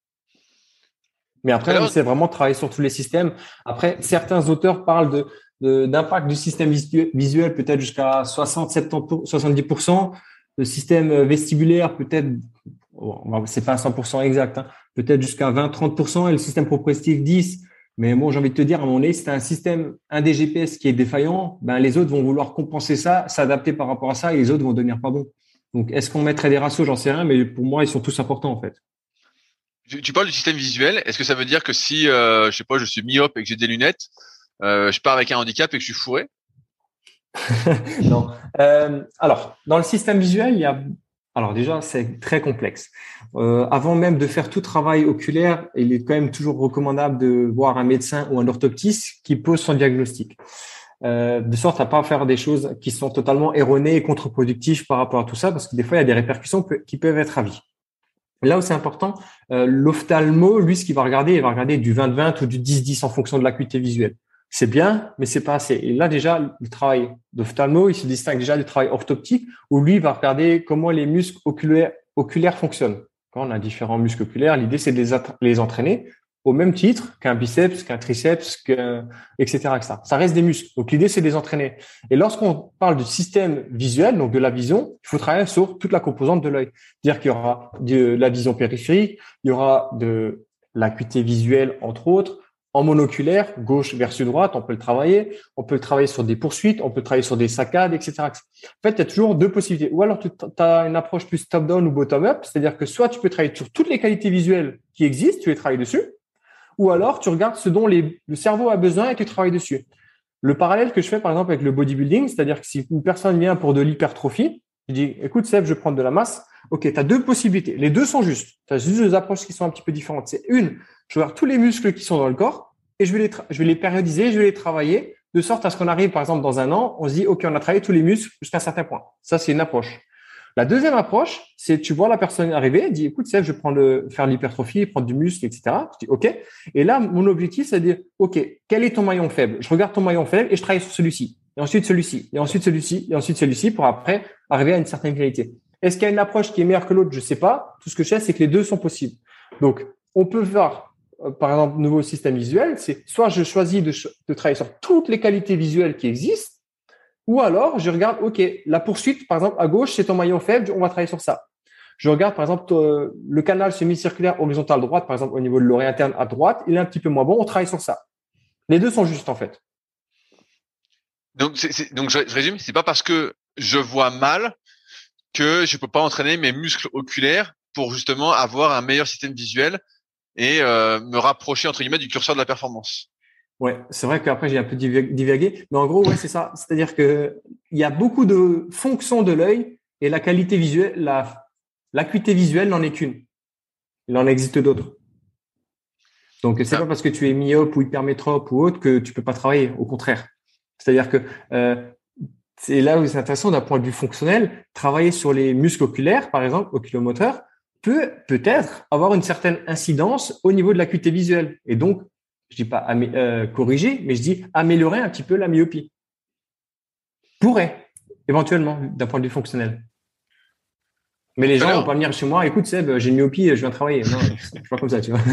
Mais après, on essaie vraiment de travailler sur tous les systèmes. Après, certains auteurs parlent de, de d'impact du système visuel peut-être jusqu'à soixante, soixante-dix, soixante-dix pour cent. Le système vestibulaire peut-être, bon, c'est pas à cent pour cent exact, hein, peut-être jusqu'à vingt, trente pour cent et le système proprioceptif dix. Mais moi, j'ai envie de te dire, à un moment donné, si tu as un système, un des G P S qui est défaillant, ben les autres vont vouloir compenser ça, s'adapter par rapport à ça et les autres vont devenir pas bons. Donc, est-ce qu'on mettrait des ratios? J'en sais rien, mais pour moi, ils sont tous importants en fait. Tu, tu parles du système visuel. Est-ce que ça veut dire que si, euh, je sais pas, je suis myope et que j'ai des lunettes, euh, je pars avec un handicap et que je suis fourré? Non. Euh, alors, dans le système visuel, il y a. Alors déjà, c'est très complexe. Euh, avant même de faire tout travail oculaire, il est quand même toujours recommandable de voir un médecin ou un orthoptiste qui pose son diagnostic, euh, de sorte à pas faire des choses qui sont totalement erronées et contre-productives par rapport à tout ça, parce que des fois, il y a des répercussions qui peuvent être à vie. Là où c'est important, euh, l'ophtalmo, lui, ce qu'il va regarder, il va regarder du vingt vingt ou du dix dix en fonction de l'acuité visuelle. C'est bien, mais c'est pas assez. Et là, déjà, le travail d'ophtalmo, il se distingue déjà du travail orthoptique, où lui va regarder comment les muscles oculaires, oculaires fonctionnent. Quand on a différents muscles oculaires, l'idée, c'est de les, les entraîner au même titre qu'un biceps, qu'un triceps, qu'un, et cetera, et cetera. Ça reste des muscles. Donc, l'idée, c'est de les entraîner. Et lorsqu'on parle du système visuel, donc de la vision, il faut travailler sur toute la composante de l'œil. C'est-à-dire qu'il y aura de la vision périphérique, il y aura de l'acuité visuelle, entre autres, en monoculaire, gauche versus droite, on peut le travailler. On peut le travailler sur des poursuites, on peut le travailler sur des saccades, et cetera. En fait, il y a toujours deux possibilités. Ou alors, tu as une approche plus top-down ou bottom-up, c'est-à-dire que soit tu peux travailler sur toutes les qualités visuelles qui existent, tu les travailles dessus, ou alors tu regardes ce dont les, le cerveau a besoin et tu travailles dessus. Le parallèle que je fais, par exemple, avec le bodybuilding, c'est-à-dire que si une personne vient pour de l'hypertrophie, je dis, écoute, Seb, je vais prendre de la masse. OK, tu as deux possibilités. Les deux sont justes. Tu as juste deux approches qui sont un petit peu différentes. C'est une, je regarde tous les muscles qui sont dans le corps et je vais les, tra- je vais les périodiser, je vais les travailler de sorte à ce qu'on arrive, par exemple, dans un an, on se dit, OK, on a travaillé tous les muscles jusqu'à un certain point. Ça, c'est une approche. La deuxième approche, c'est tu vois la personne arriver, dit, écoute, Seb, je vais prendre le, faire l'hypertrophie, prendre du muscle, et cetera. Je dis, OK. Et là, mon objectif, c'est de dire, OK, quel est ton maillon faible? Je regarde ton maillon faible et je travaille sur celui-ci. Et ensuite celui-ci, et ensuite celui-ci, et ensuite celui-ci pour après arriver à une certaine qualité. Est-ce qu'il y a une approche qui est meilleure que l'autre? Je sais pas. Tout ce que je sais, c'est que les deux sont possibles. Donc, on peut faire, euh, par exemple, nouveau système visuel, c'est soit je choisis de, de travailler sur toutes les qualités visuelles qui existent, ou alors je regarde, OK, la poursuite, par exemple, à gauche, c'est ton maillon faible, on va travailler sur ça. Je regarde, par exemple, euh, le canal semi-circulaire horizontal droite, par exemple, au niveau de l'oreille interne à droite, il est un petit peu moins bon, on travaille sur ça. Les deux sont justes, en fait. Donc, c'est, c'est, donc je, je résume, c'est pas parce que je vois mal que je peux pas entraîner mes muscles oculaires pour justement avoir un meilleur système visuel et euh, me rapprocher entre guillemets du curseur de la performance. Ouais, c'est vrai qu'après j'ai un peu divagué, mais en gros, ouais, c'est ça. C'est-à-dire que il y a beaucoup de fonctions de l'œil et la qualité visuelle, la l'acuité visuelle n'en est qu'une. Il en existe d'autres. Donc c'est ah. pas parce que tu es myope ou hypermétrope ou autre que tu peux pas travailler. Au contraire. C'est-à-dire que euh, c'est là où c'est intéressant d'un point de vue fonctionnel. Travailler sur les muscles oculaires, par exemple, oculomoteurs, peut peut-être avoir une certaine incidence au niveau de l'acuité visuelle. Et donc, je dis pas amé- euh, corriger, mais je dis améliorer un petit peu la myopie. Pourrait, éventuellement, d'un point de vue fonctionnel. Mais les gens Alors, vont pas venir chez moi. Écoute, Seb, j'ai une myopie, je viens travailler. Non, je suis pas comme ça, tu vois.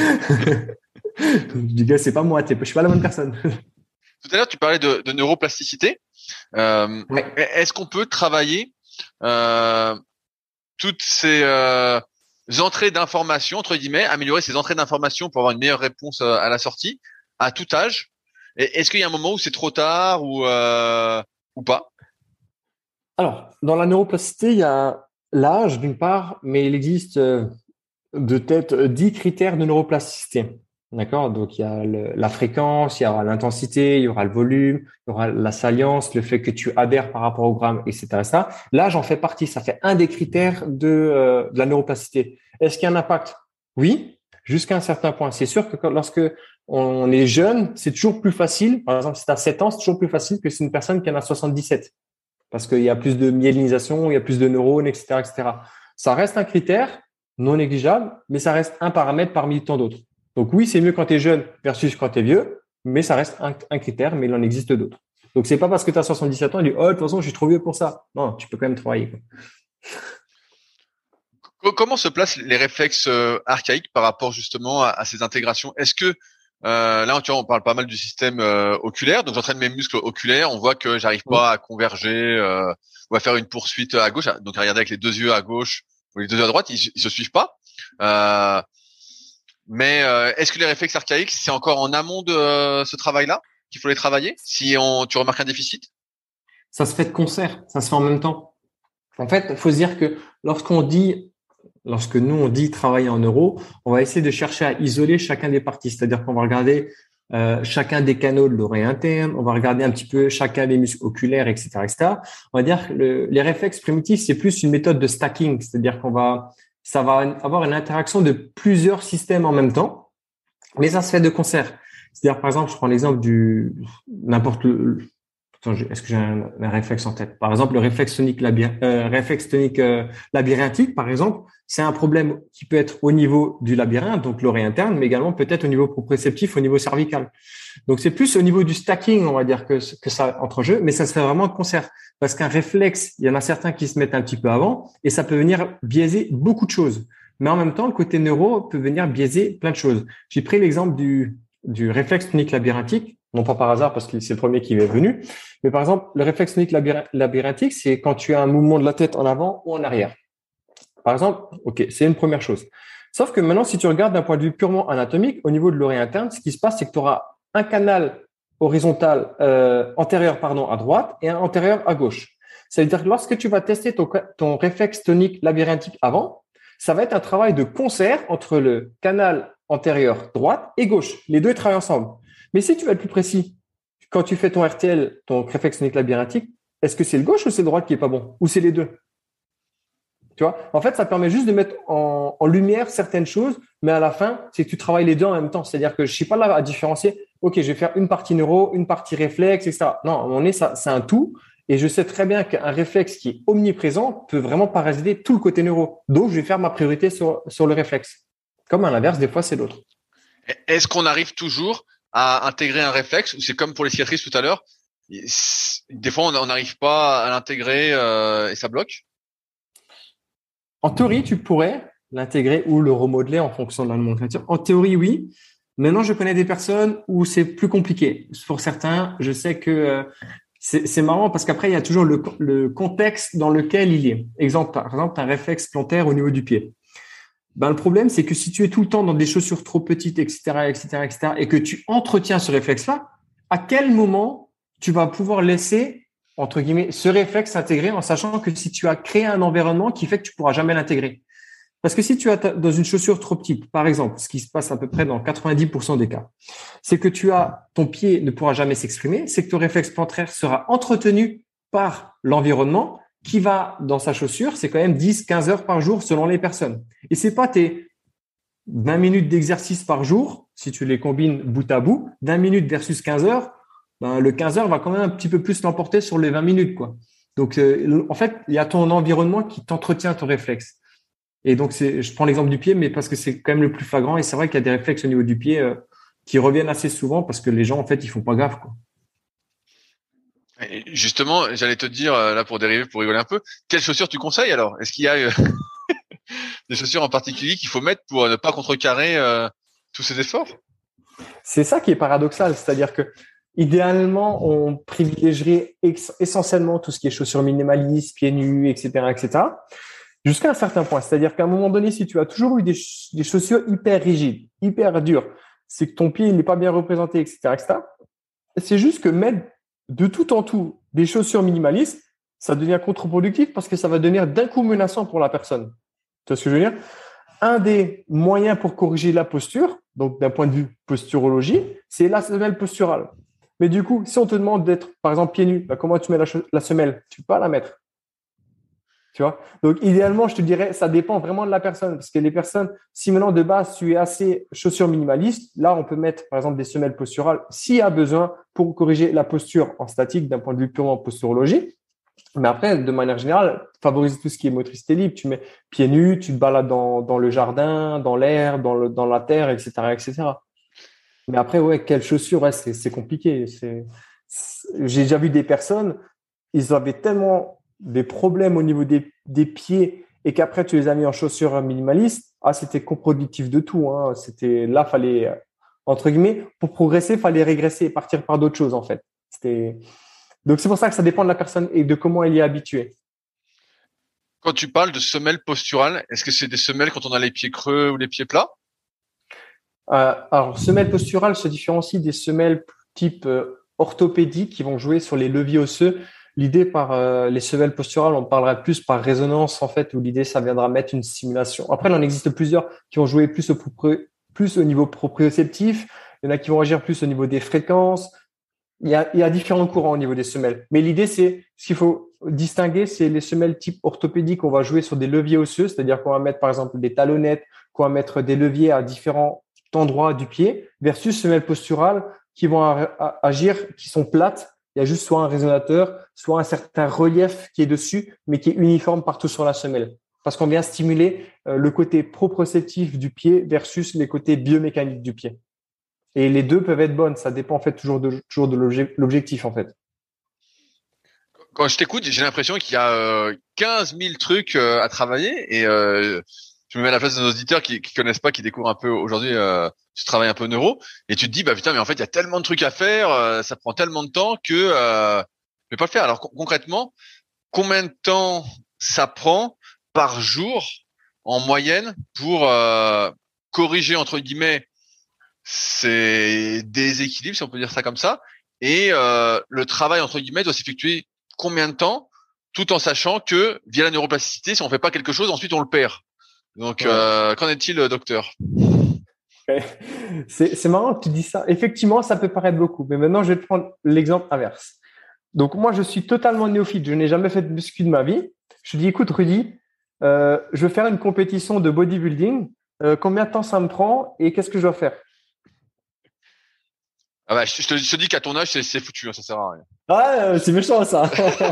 Je dis que c'est pas moi, je suis pas la bonne personne. Tout à l'heure, tu parlais de, de neuroplasticité. Euh, ouais. Est-ce qu'on peut travailler euh, toutes ces euh, entrées d'informations, entre guillemets, améliorer ces entrées d'informations pour avoir une meilleure réponse à la sortie à tout âge? Et est-ce qu'il y a un moment où c'est trop tard ou euh, ou pas? Alors, dans la neuroplasticité, il y a l'âge d'une part, mais il existe de tête dix critères de neuroplasticité. D'accord? Donc, il y a le, la fréquence, il y aura l'intensité, il y aura le volume, il y aura la salience, le fait que tu adhères par rapport au gramme, et cetera. Ça. Là, j'en fais partie. Ça fait un des critères de, euh, de la neuroplasticité. Est-ce qu'il y a un impact? Oui, jusqu'à un certain point. C'est sûr que quand, lorsque on est jeune, c'est toujours plus facile. Par exemple, si tu as sept ans, c'est toujours plus facile que si une personne qui en a soixante-dix-sept. Parce qu'il y a plus de myélinisation, il y a plus de neurones, et cetera, et cetera. Ça reste un critère non négligeable, mais ça reste un paramètre parmi tant d'autres. Donc oui, c'est mieux quand tu es jeune versus quand tu es vieux, mais ça reste un, un critère, mais il en existe d'autres. Donc c'est pas parce que tu as soixante-dix-sept ans, tu dis « Oh, de toute façon, je suis trop vieux pour ça ». Non, tu peux quand même travailler. Quoi. Comment se placent les réflexes euh, archaïques par rapport justement à, à ces intégrations? Est-ce que euh, là, tu vois, on parle pas mal du système euh, oculaire, donc j'entraîne mes muscles oculaires, on voit que j'arrive pas à converger euh, ou à faire une poursuite à gauche, donc à regarder avec les deux yeux à gauche ou les deux yeux à droite, ils, ils se suivent pas. Euh, Mais euh, est-ce que les réflexes archaïques, c'est encore en amont de euh, ce travail-là qu'il faut les travailler si on, tu remarques un déficit? Ça se fait de concert, ça se fait en même temps. En fait, il faut se dire que lorsqu'on dit, lorsque nous on dit travailler en neuro, on va essayer de chercher à isoler chacun des parties. C'est-à-dire qu'on va regarder euh, chacun des canaux de l'oreille interne, on va regarder un petit peu chacun des muscles oculaires, et cetera, et cetera. On va dire que le, les réflexes primitifs, c'est plus une méthode de stacking, c'est-à-dire qu'on va ça va avoir une interaction de plusieurs systèmes en même temps, mais ça se fait de concert. C'est-à-dire, par exemple, je prends l'exemple du n'importe le. Attends, est-ce que j'ai un, un réflexe en tête? Par exemple, le réflexe tonique, labir... euh, réflexe tonique euh, labyrinthique, par exemple, c'est un problème qui peut être au niveau du labyrinthe, donc l'oreille interne, mais également peut-être au niveau proprioceptif, au niveau cervical. Donc, c'est plus au niveau du stacking, on va dire, que, que ça entre en jeu, mais ça se fait vraiment de concert. Parce qu'un réflexe, il y en a certains qui se mettent un petit peu avant et ça peut venir biaiser beaucoup de choses. Mais en même temps, le côté neuro peut venir biaiser plein de choses. J'ai pris l'exemple du, du réflexe tonique labyrinthique, non pas par hasard parce que c'est le premier qui m'est venu, mais par exemple, le réflexe tonique labyrinthique, c'est quand tu as un mouvement de la tête en avant ou en arrière. Par exemple, ok, c'est une première chose. Sauf que maintenant, si tu regardes d'un point de vue purement anatomique, au niveau de l'oreille interne, ce qui se passe, c'est que tu auras un canal horizontal euh, antérieur pardon, à droite et un antérieur à gauche. Ça veut dire que lorsque tu vas tester ton, ton réflexe tonique labyrinthique avant, ça va être un travail de concert entre le canal antérieur droite et gauche. Les deux travaillent ensemble. Mais si tu vas être plus précis, quand tu fais ton R T L, ton réflexe tonique labyrinthique, est-ce que c'est le gauche ou c'est le droite qui est pas bon? Ou c'est les deux? Tu vois, en fait, ça permet juste de mettre en, en lumière certaines choses, mais à la fin, c'est que tu travailles les deux en même temps. C'est-à-dire que je suis pas là à différencier. Ok, je vais faire une partie neuro, une partie réflexe, et cetera. Non, à un moment donné, ça, c'est un tout. Et je sais très bien qu'un réflexe qui est omniprésent peut vraiment parasiter tout le côté neuro. Donc, je vais faire ma priorité sur, sur le réflexe. Comme à l'inverse, des fois, c'est l'autre. Est-ce qu'on arrive toujours à intégrer un réflexe ou c'est comme pour les cicatrices tout à l'heure? Des fois, on n'arrive pas à l'intégrer euh, et ça bloque? En théorie, tu pourrais l'intégrer ou le remodeler en fonction de la nomenclature. En théorie, oui. Maintenant, je connais des personnes où c'est plus compliqué. Pour certains, je sais que euh, c'est, c'est marrant parce qu'après, il y a toujours le, le contexte dans lequel il est. Exemple, par exemple, tu as un réflexe plantaire au niveau du pied. Ben, le problème, c'est que si tu es tout le temps dans des chaussures trop petites, et cetera, et cetera, et cetera, et que tu entretiens ce réflexe-là, à quel moment tu vas pouvoir laisser entre guillemets, ce réflexe s'intégrer en sachant que si tu as créé un environnement qui fait que tu pourras jamais l'intégrer. Parce que si tu as dans une chaussure trop petite, par exemple, ce qui se passe à peu près dans quatre-vingt-dix pour cent des cas, c'est que tu as, ton pied ne pourra jamais s'exprimer, c'est que ton réflexe plantaire sera entretenu par l'environnement qui va dans sa chaussure, c'est quand même dix, quinze heures par jour selon les personnes. Et c'est pas tes vingt minutes d'exercice par jour, si tu les combines bout à bout, vingt minutes versus quinze heures, ben, le quinze heures va quand même un petit peu plus l'emporter sur les vingt minutes, quoi. Donc, euh, en fait, il y a ton environnement qui t'entretient ton réflexe. Et donc, c'est, je prends l'exemple du pied, mais parce que c'est quand même le plus flagrant. Et c'est vrai qu'il y a des réflexes au niveau du pied euh, qui reviennent assez souvent parce que les gens, en fait, ils font pas gaffe, quoi. Et justement, j'allais te dire, là, pour dériver, pour rigoler un peu, quelles chaussures tu conseilles alors? Est-ce qu'il y a euh, des chaussures en particulier qu'il faut mettre pour ne pas contrecarrer euh, tous ces efforts? C'est ça qui est paradoxal. C'est-à-dire que idéalement, on privilégierait ex- essentiellement tout ce qui est chaussures minimalistes, pieds nus, et cetera, et cetera, jusqu'à un certain point. C'est-à-dire qu'à un moment donné, si tu as toujours eu des, ch- des chaussures hyper rigides, hyper dures, c'est que ton pied il n'est pas bien représenté, et cetera, et cetera. C'est juste que mettre de tout en tout des chaussures minimalistes, ça devient contre-productif parce que ça va devenir d'un coup menaçant pour la personne. Tu vois ce que je veux dire? Un des moyens pour corriger la posture, donc d'un point de vue posturologie, c'est la semelle posturale. Mais du coup, si on te demande d'être, par exemple, pieds nus, bah, comment tu mets la, la semelle? Tu peux pas la mettre. Tu vois? Donc, idéalement, je te dirais, ça dépend vraiment de la personne. Parce que les personnes, si maintenant de base, tu es assez chaussures minimalistes, là, on peut mettre, par exemple, des semelles posturales s'il y a besoin pour corriger la posture en statique d'un point de vue purement posturologie. Mais après, de manière générale, favoriser tout ce qui est motricité libre. Tu mets pieds nus, tu te balades dans, dans le jardin, dans l'air, dans, le, dans la terre, et cetera, et cetera. Mais après, ouais, quelles chaussures, ouais, c'est, c'est compliqué. C'est, c'est, j'ai déjà vu des personnes, ils avaient tellement des problèmes au niveau des, des pieds et qu'après, tu les as mis en chaussures minimalistes. Ah, c'était contre-productif de tout, hein. C'était, là, fallait, entre guillemets, pour progresser, il fallait régresser et partir par d'autres choses, en fait. C'était, donc, c'est pour ça que ça dépend de la personne et de comment elle y est habituée. Quand tu parles de semelles posturales, est-ce que c'est des semelles quand on a les pieds creux ou les pieds plats? Euh, alors, semelles posturales se différencient des semelles type euh, orthopédique qui vont jouer sur les leviers osseux. L'idée par euh, les semelles posturales, on parlera plus par résonance en fait, où l'idée ça viendra mettre une simulation. Après, il en existe plusieurs qui vont jouer plus au, plus au niveau proprioceptif. Il y en a qui vont agir plus au niveau des fréquences. Il y a, il y a différents courants au niveau des semelles. Mais l'idée, c'est ce qu'il faut distinguer, c'est les semelles type orthopédique. On va jouer sur des leviers osseux, c'est-à-dire qu'on va mettre par exemple des talonnettes, qu'on va mettre des leviers à différents endroits du pied, versus semelles posturales qui vont agir, qui sont plates. Il y a juste soit un résonateur, soit un certain relief qui est dessus, mais qui est uniforme partout sur la semelle. Parce qu'on vient stimuler le côté proprioceptif du pied versus les côtés biomécaniques du pied. Et les deux peuvent être bonnes. Ça dépend en fait toujours de, toujours de l'objectif en fait. Quand je t'écoute, j'ai l'impression qu'il y a euh, quinze mille trucs euh, à travailler et euh, je me mets à la place de nos auditeurs qui, qui connaissent pas, qui découvrent un peu aujourd'hui euh, ce travail un peu neuro et tu te dis bah putain mais en fait il y a tellement de trucs à faire, euh, ça prend tellement de temps que euh, je vais pas le faire. Alors con- concrètement, combien de temps ça prend par jour en moyenne pour euh, corriger entre guillemets ces déséquilibres, si on peut dire ça comme ça, et euh, le travail entre guillemets doit s'effectuer combien de temps, tout en sachant que via la neuroplasticité, si on fait pas quelque chose, ensuite on le perd. Donc, ouais. euh, qu'en est-il, docteur? c'est, c'est marrant que tu dis ça. Effectivement, ça peut paraître beaucoup, mais maintenant je vais te prendre l'exemple inverse. Donc moi, je suis totalement néophyte, je n'ai jamais fait de muscu de ma vie. Je te dis, écoute Rudy, euh, je veux faire une compétition de bodybuilding. Euh, combien de temps ça me prend et qu'est-ce que je dois faire? Ah bah, je, je, te, je te dis qu'à ton âge, c'est, c'est foutu, hein, ça sert à rien. Ah, c'est méchant ça.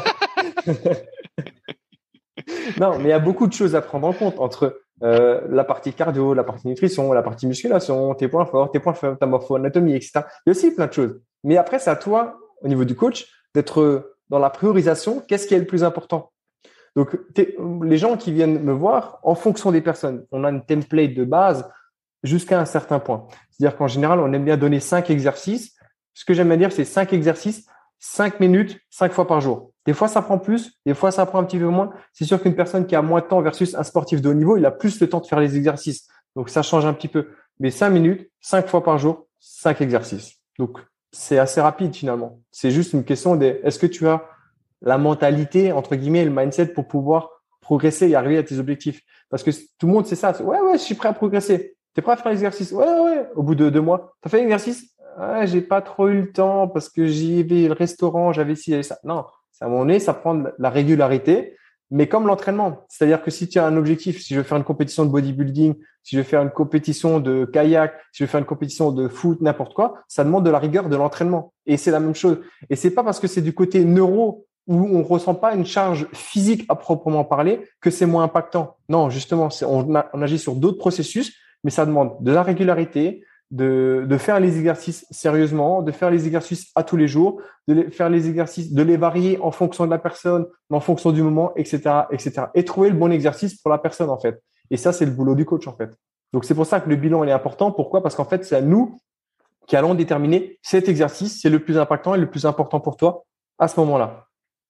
Non, mais il y a beaucoup de choses à prendre en compte entre euh, la partie cardio, la partie nutrition, la partie musculation, tes points forts, tes points faibles, ta morpho-anatomie, et cetera. Il y a aussi plein de choses. Mais après, c'est à toi, au niveau du coach, d'être dans la priorisation. Qu'est-ce qui est le plus important? Donc, les gens qui viennent me voir, en fonction des personnes, on a une template de base jusqu'à un certain point. C'est-à-dire qu'en général, on aime bien donner cinq exercices. Ce que j'aime bien dire, c'est cinq exercices, cinq minutes, cinq fois par jour. Des fois, ça prend plus, des fois, ça prend un petit peu moins. C'est sûr qu'une personne qui a moins de temps versus un sportif de haut niveau, il a plus le temps de faire les exercices. Donc, ça change un petit peu. Mais cinq minutes, cinq fois par jour, cinq exercices. Donc, c'est assez rapide finalement. C'est juste une question de est-ce que tu as la mentalité, entre guillemets, le mindset pour pouvoir progresser et arriver à tes objectifs. Parce que tout le monde sait ça. Ouais, ouais, je suis prêt à progresser. T'es prêt à faire l'exercice? Ouais, ouais. Au bout de deux mois, t'as fait l'exercice? Ouais, j'ai pas trop eu le temps parce que j'y vais le restaurant, j'avais ci, j'avais ça. Non, à un moment donné, ça prend de la régularité, mais comme l'entraînement. C'est-à-dire que si tu as un objectif, si je veux faire une compétition de bodybuilding, si je veux faire une compétition de kayak, si je veux faire une compétition de foot, n'importe quoi, ça demande de la rigueur de l'entraînement. Et c'est la même chose. Et c'est pas parce que c'est du côté neuro où on ressent pas une charge physique à proprement parler que c'est moins impactant. Non, justement, c'est, on, a, on agit sur d'autres processus, mais ça demande de la régularité, de, de faire les exercices sérieusement, de faire les exercices à tous les jours, de les, faire les exercices, de les varier en fonction de la personne, en fonction du moment, et cetera, et cetera. Et trouver le bon exercice pour la personne, en fait. Et ça, c'est le boulot du coach, en fait. Donc, c'est pour ça que le bilan, il est important. Pourquoi? Parce qu'en fait, c'est à nous qui allons déterminer cet exercice, c'est le plus impactant et le plus important pour toi à ce moment-là.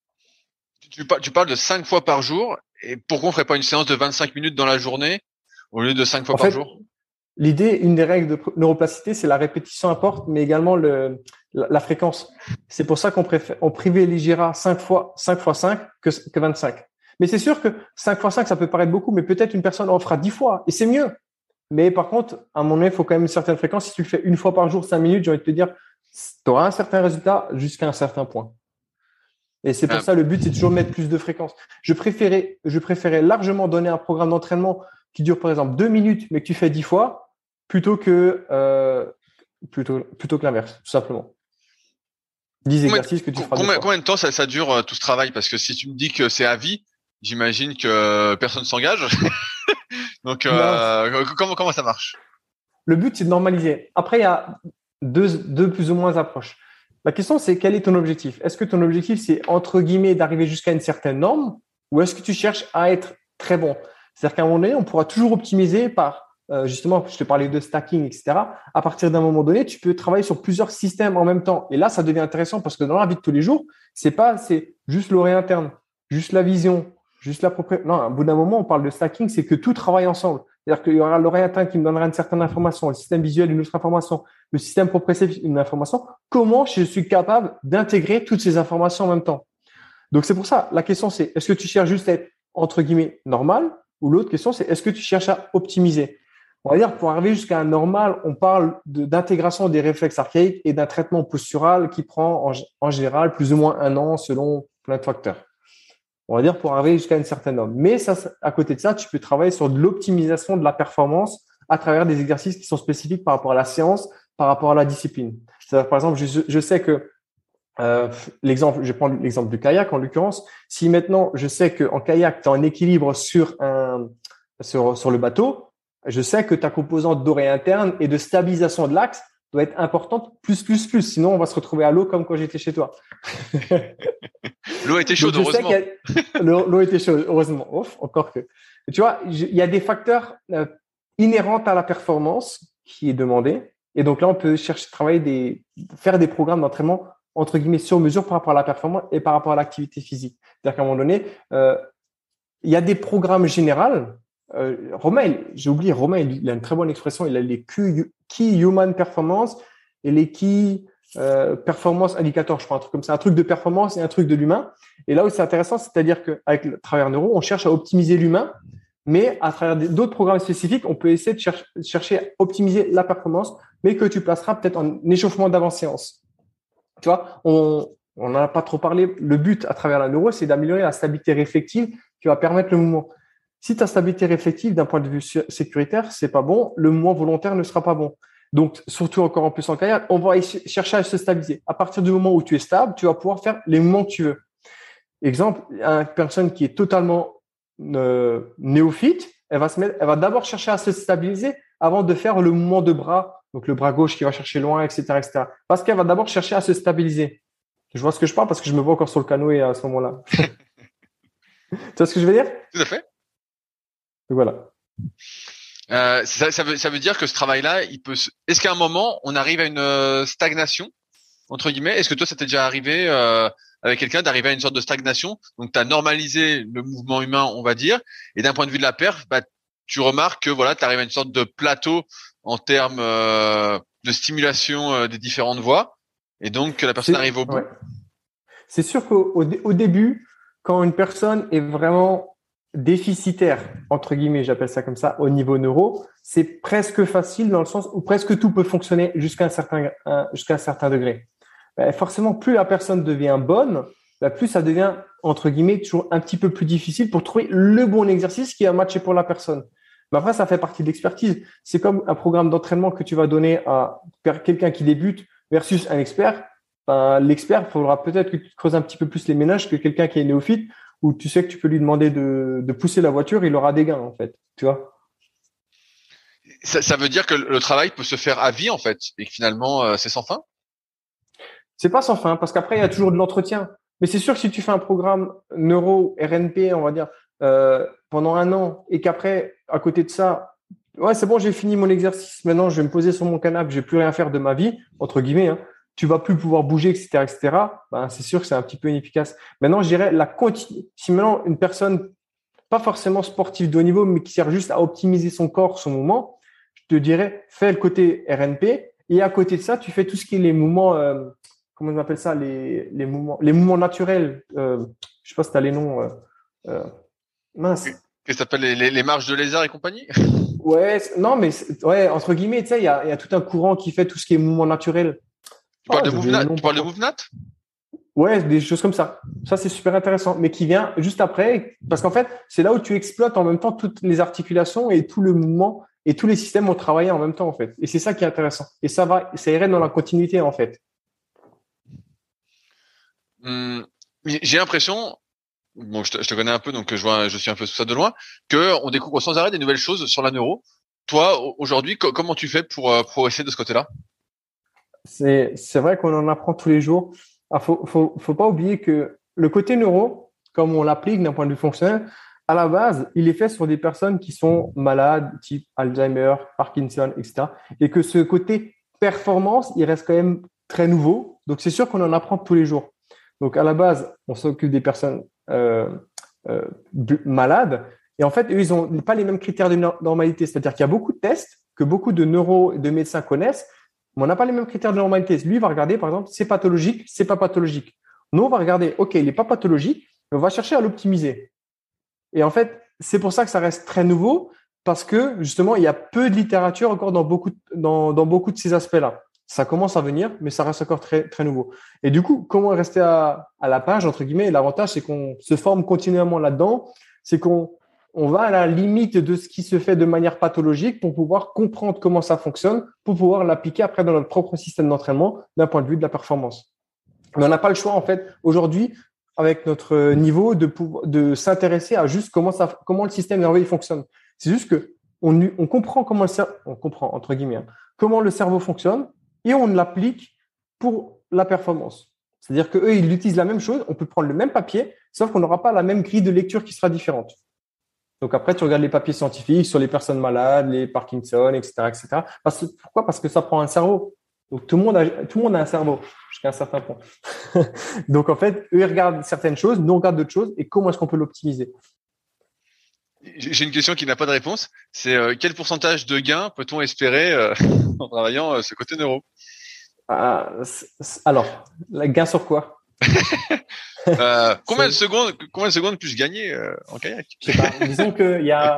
Tu, tu parles de cinq fois par jour. Et pourquoi on ferait pas une séance de vingt-cinq minutes dans la journée au lieu de cinq fois en par fait, jour? L'idée, une des règles de neuroplasticité, c'est la répétition importe, mais également le, la, la fréquence. C'est pour ça qu'on préfère, on privilégiera cinq fois, cinq fois cinq que, que vingt-cinq. Mais c'est sûr que cinq fois cinq, ça peut paraître beaucoup, mais peut-être une personne en fera dix fois et c'est mieux. Mais par contre, à un moment donné, il faut quand même une certaine fréquence. Si tu le fais une fois par jour, cinq minutes, j'ai envie de te dire, tu auras un certain résultat jusqu'à un certain point. Et c'est pour ah. ça, le but, c'est toujours de mettre plus de fréquence. Je préférais, je préférais largement donner un programme d'entraînement qui dure, par exemple, deux minutes, mais que tu fais dix fois, plutôt que, euh, plutôt, plutôt que l'inverse, tout simplement. dix combien, exercices que tu feras combien, combien de temps ça, ça dure, euh, tout ce travail? Parce que si tu me dis que c'est à vie, j'imagine que personne s'engage. Donc, euh, comment, comment ça marche? Le but, c'est de normaliser. Après, il y a deux, deux plus ou moins approches. La question, c'est quel est ton objectif? Est-ce que ton objectif, c'est entre guillemets d'arriver jusqu'à une certaine norme ou est-ce que tu cherches à être très bon? C'est-à-dire qu'à un moment donné, on pourra toujours optimiser par, euh, justement, je te parlais de stacking, et cetera. À partir d'un moment donné, tu peux travailler sur plusieurs systèmes en même temps. Et là, ça devient intéressant parce que dans la vie de tous les jours, c'est pas, c'est juste l'oreille interne, juste la vision, juste la propriété. Non, à bout d'un moment, on parle de stacking, c'est que tout travaille ensemble. C'est-à-dire qu'il y aura l'oreille interne qui me donnera une certaine information, le système visuel une autre information, le système proprioceptif une information. Comment je suis capable d'intégrer toutes ces informations en même temps? Donc, c'est pour ça, la question, c'est est-ce que tu cherches juste à être, entre guillemets, normal? Ou l'autre question, c'est est-ce que tu cherches à optimiser? On va dire, pour arriver jusqu'à un normal, on parle de, d'intégration des réflexes archaïques et d'un traitement postural qui prend en, en général plus ou moins un an selon plein de facteurs. On va dire pour arriver jusqu'à une certaine norme. Mais ça, à côté de ça, tu peux travailler sur de l'optimisation de la performance à travers des exercices qui sont spécifiques par rapport à la séance, par rapport à la discipline. C'est-à-dire, par exemple, je, je sais que euh, l'exemple, je vais prendre l'exemple du kayak en l'occurrence. Si maintenant je sais qu'en kayak, tu as un équilibre sur un sur, sur le bateau, je sais que ta composante d'oreille interne et de stabilisation de l'axe doit être importante plus, plus, plus. Sinon, on va se retrouver à l'eau comme quand j'étais chez toi. L'eau était chaude, heureusement. A... L'eau était chaude, heureusement. Ouf, encore que. Tu vois, il y a des facteurs euh, inhérents à la performance qui est demandé. Et donc là, on peut chercher, travailler des, faire des programmes d'entraînement entre guillemets sur mesure par rapport à la performance et par rapport à l'activité physique. C'est-à-dire qu'à un moment donné, euh, il y a des programmes généraux euh, Romain, il- j'ai oublié, Romain, il, il a une très bonne expression. Il a les Q, Key Human Performance et les Key euh, Performance Indicators, je crois, un truc comme ça, un truc de performance et un truc de l'humain. Et là où c'est intéressant, c'est-à-dire qu'avec le travers neuro, on cherche à optimiser l'humain, mais à travers des- d'autres programmes spécifiques, on peut essayer de cher- chercher à optimiser la performance, mais que tu placeras peut-être en échauffement d'avant-séance. Tu vois, on on n'en a pas trop parlé. Le but à travers la neuro, c'est d'améliorer la stabilité réflexive qui va permettre le mouvement. Si ta stabilité réflexive, d'un point de vue sé- sécuritaire, c'est pas bon, le mouvement volontaire ne sera pas bon. Donc, surtout encore en plus en carrière, on va ch- chercher à se stabiliser. À partir du moment où tu es stable, tu vas pouvoir faire les mouvements que tu veux. Exemple, une personne qui est totalement euh, néophyte, elle va se mettre, elle va d'abord chercher à se stabiliser avant de faire le mouvement de bras, donc le bras gauche qui va chercher loin, et cetera, et cetera. Parce qu'elle va d'abord chercher à se stabiliser. Je vois ce que je parle parce que je me vois encore sur le canoë à ce moment-là. Tu vois ce que je veux dire? Tout à fait. Donc, voilà. Euh, ça, ça veut, ça veut dire que ce travail-là, il peut. Se... Est-ce qu'à un moment, on arrive à une euh, stagnation entre guillemets? Est-ce que toi, ça t'est déjà arrivé euh, avec quelqu'un d'arriver à une sorte de stagnation? Donc, tu as normalisé le mouvement humain, on va dire, et d'un point de vue de la perf, bah, tu remarques que voilà, tu arrives à une sorte de plateau en termes euh, de stimulation euh, des différentes voies, et donc que la personne C'est, arrive au bout. ouais. C'est sûr qu'au au, dé- au début, quand une personne est vraiment déficitaire, entre guillemets, j'appelle ça comme ça, au niveau neuro, c'est presque facile dans le sens où presque tout peut fonctionner jusqu'à un certain, un- jusqu'à un certain degré. Ben, forcément, plus la personne devient bonne, ben, plus ça devient, entre guillemets, toujours un petit peu plus difficile pour trouver le bon exercice qui va matcher pour la personne. Mais après, ça fait partie de l'expertise. C'est comme un programme d'entraînement que tu vas donner à quelqu'un qui débute versus un expert. Ben, l'expert, il faudra peut-être que tu creuses un petit peu plus les ménages que quelqu'un qui est néophyte, où tu sais que tu peux lui demander de, de pousser la voiture, il aura des gains, en fait. Tu vois? Ça, ça veut dire que le travail peut se faire à vie, en fait, et que finalement, euh, c'est sans fin? C'est pas sans fin, parce qu'après, il y a toujours de l'entretien. Mais c'est sûr que si tu fais un programme neuro, R N P, on va dire, euh, pendant un an, et qu'après, à côté de ça, ouais, c'est bon, j'ai fini mon exercice, maintenant je vais me poser sur mon canapé, je vais plus rien faire de ma vie, entre guillemets, hein, tu vas plus pouvoir bouger, et cetera, et cetera, ben, c'est sûr que c'est un petit peu inefficace. Maintenant, je dirais la continu. Si maintenant une personne, pas forcément sportive de haut niveau, mais qui sert juste à optimiser son corps, son mouvement, je te dirais, fais le côté R N P, et à côté de ça, tu fais tout ce qui est les mouvements, euh, comment on appelle ça, les, les mouvements, les mouvements naturels. Euh, je sais pas si tu as les noms. Euh, euh, mince. Qu'est-ce que ça s'appelle les, les, les marches de lézard et compagnie? Ouais, non, mais ouais, entre guillemets, tu sais, il y a, y a tout un courant qui fait tout ce qui est mouvement naturel. Tu parles Oh, de j'ai oublié le Movenat? nom, Tu parles de par contre. Movenat? Ouais, des choses comme ça. Ça, c'est super intéressant, mais qui vient juste après, parce qu'en fait, c'est là où tu exploites en même temps toutes les articulations et tout le mouvement et tous les systèmes ont travaillé en même temps, en fait. Et c'est ça qui est intéressant. Et ça va, ça irait dans la continuité, en fait. Hum, j'ai l'impression, bon, je te, je te connais un peu, donc je vois, je suis un peu sous ça de loin, que on découvre sans arrêt des nouvelles choses sur la neuro. Toi, au- aujourd'hui, co- comment tu fais pour euh, progresser de ce côté-là? C'est, c'est vrai qu'on en apprend tous les jours. Il faut, faut, faut pas oublier que le côté neuro, comme on l'applique d'un point de vue fonctionnel, à la base, il est fait sur des personnes qui sont malades, type Alzheimer, Parkinson, et cetera. Et que ce côté performance, il reste quand même très nouveau. Donc, c'est sûr qu'on en apprend tous les jours. Donc, à la base, on s'occupe des personnes euh, euh, malades. Et en fait, eux, ils n'ont pas les mêmes critères de normalité. C'est-à-dire qu'il y a beaucoup de tests que beaucoup de neuro et de médecins connaissent, mais on n'a pas les mêmes critères de normalité. Lui, il va regarder, par exemple, c'est pathologique, c'est pas pathologique. Nous, on va regarder, OK, il n'est pas pathologique, mais on va chercher à l'optimiser. Et en fait, c'est pour ça que ça reste très nouveau, parce que justement, il y a peu de littérature encore dans beaucoup, dans, dans beaucoup de ces aspects-là. Ça commence à venir, mais ça reste encore très, très nouveau. Et du coup, comment rester à, à la page, entre guillemets? L'avantage, c'est qu'on se forme continuellement là-dedans. C'est qu'on on va à la limite de ce qui se fait de manière pathologique pour pouvoir comprendre comment ça fonctionne, pour pouvoir l'appliquer après dans notre propre système d'entraînement d'un point de vue de la performance. Mais on n'a pas le choix, en fait, aujourd'hui, avec notre niveau, de, de s'intéresser à juste comment, ça, comment le système nerveux fonctionne. C'est juste que on, on comprend comment le cerveau, on comprend, entre guillemets, hein, comment le cerveau fonctionne et on l'applique pour la performance. C'est-à-dire qu'eux, ils utilisent la même chose, on peut prendre le même papier, sauf qu'on n'aura pas la même grille de lecture qui sera différente. Donc après, tu regardes les papiers scientifiques sur les personnes malades, les Parkinson, et cetera, et cetera. Parce que, pourquoi? Parce que ça prend un cerveau. Donc tout le monde a, tout le monde a un cerveau jusqu'à un certain point. Donc en fait, eux ils regardent certaines choses, nous on regarde d'autres choses, et comment est-ce qu'on peut l'optimiser? J'ai une question qui n'a pas de réponse. C'est euh, quel pourcentage de gain peut-on espérer euh, en travaillant euh, ce côté neuro? Euh, alors, la gain sur quoi? euh, combien de secondes, combien de secondes puis-je gagner euh, en kayak? Je sais pas. Disons que il y a,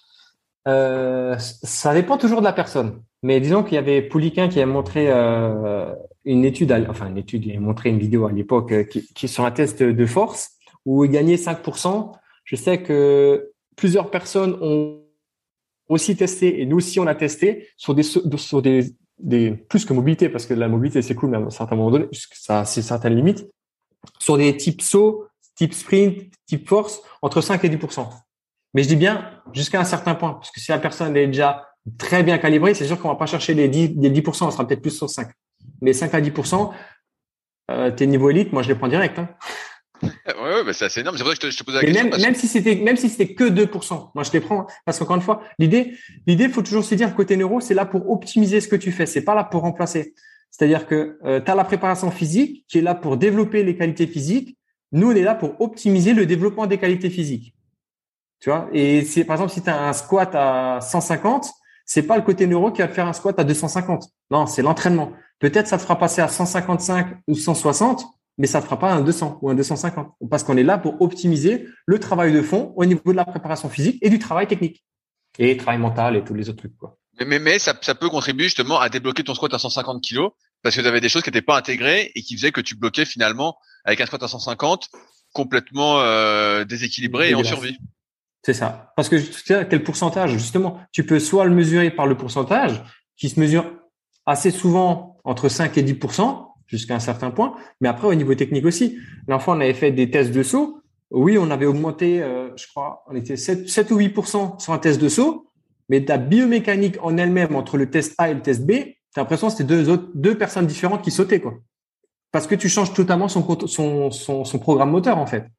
euh, ça dépend toujours de la personne. Mais disons qu'il y avait Pouliquin qui a montré euh, une étude, à, enfin une étude, il a montré une vidéo à l'époque euh, qui, qui est sur un test de force où il gagnait cinq pour cent. Je sais que plusieurs personnes ont aussi testé et nous aussi on a testé sur des sur des des plus que mobilité, parce que la mobilité c'est cool, mais à un certain moment donné, ça a certaines limites, sur des types saut, type sprint, type force, entre cinq et dix pour cent. Mais je dis bien jusqu'à un certain point, parce que si la personne est déjà très bien calibrée, c'est sûr qu'on va pas chercher les dix, les dix pour cent, on sera peut-être plus sur cinq. Mais cinq à dix pour cent, euh, tes niveaux élite, moi je les prends direct. Hein. Ouais, ouais, bah c'est assez énorme. C'est pour ça que je te, je te posais la Mais question. Même, même que... si c'était, même si c'était que deux pour cent, moi je les prends. Hein, parce qu'encore une fois, l'idée, l'idée, faut toujours se dire, côté neuro, c'est là pour optimiser ce que tu fais. C'est pas là pour remplacer. C'est-à-dire que euh, tu as la préparation physique qui est là pour développer les qualités physiques. Nous, on est là pour optimiser le développement des qualités physiques. Tu vois? Et c'est, par exemple, si tu as un squat à cent cinquante, c'est pas le côté neuro qui va te faire un squat à deux cent cinquante. Non, c'est l'entraînement. Peut-être ça te fera passer à cent cinquante-cinq ou cent soixante, mais ça ne fera pas un deux cents ou un deux cent cinquante. Parce qu'on est là pour optimiser le travail de fond au niveau de la préparation physique et du travail technique. Et travail mental et tous les autres trucs, quoi. Mais, mais, mais ça, ça peut contribuer justement à débloquer ton squat à cent cinquante kilos, parce que tu avais des choses qui n'étaient pas intégrées et qui faisaient que tu bloquais finalement avec un squat à cent cinquante complètement euh, déséquilibré et en survie. C'est ça. Parce que tu sais, quel pourcentage, justement, tu peux soit le mesurer par le pourcentage qui se mesure assez souvent entre cinq et dix pour cent jusqu'à un certain point, mais après au niveau technique aussi. L'enfant, on avait fait des tests de saut. Oui, on avait augmenté, euh, je crois, on était sept ou huit pour cent sur un test de saut, mais ta biomécanique en elle-même entre le test A et le test B, t'as l'impression que c'était deux autres, deux personnes différentes qui sautaient, quoi. Parce que tu changes totalement son, son, son, son programme moteur, en fait.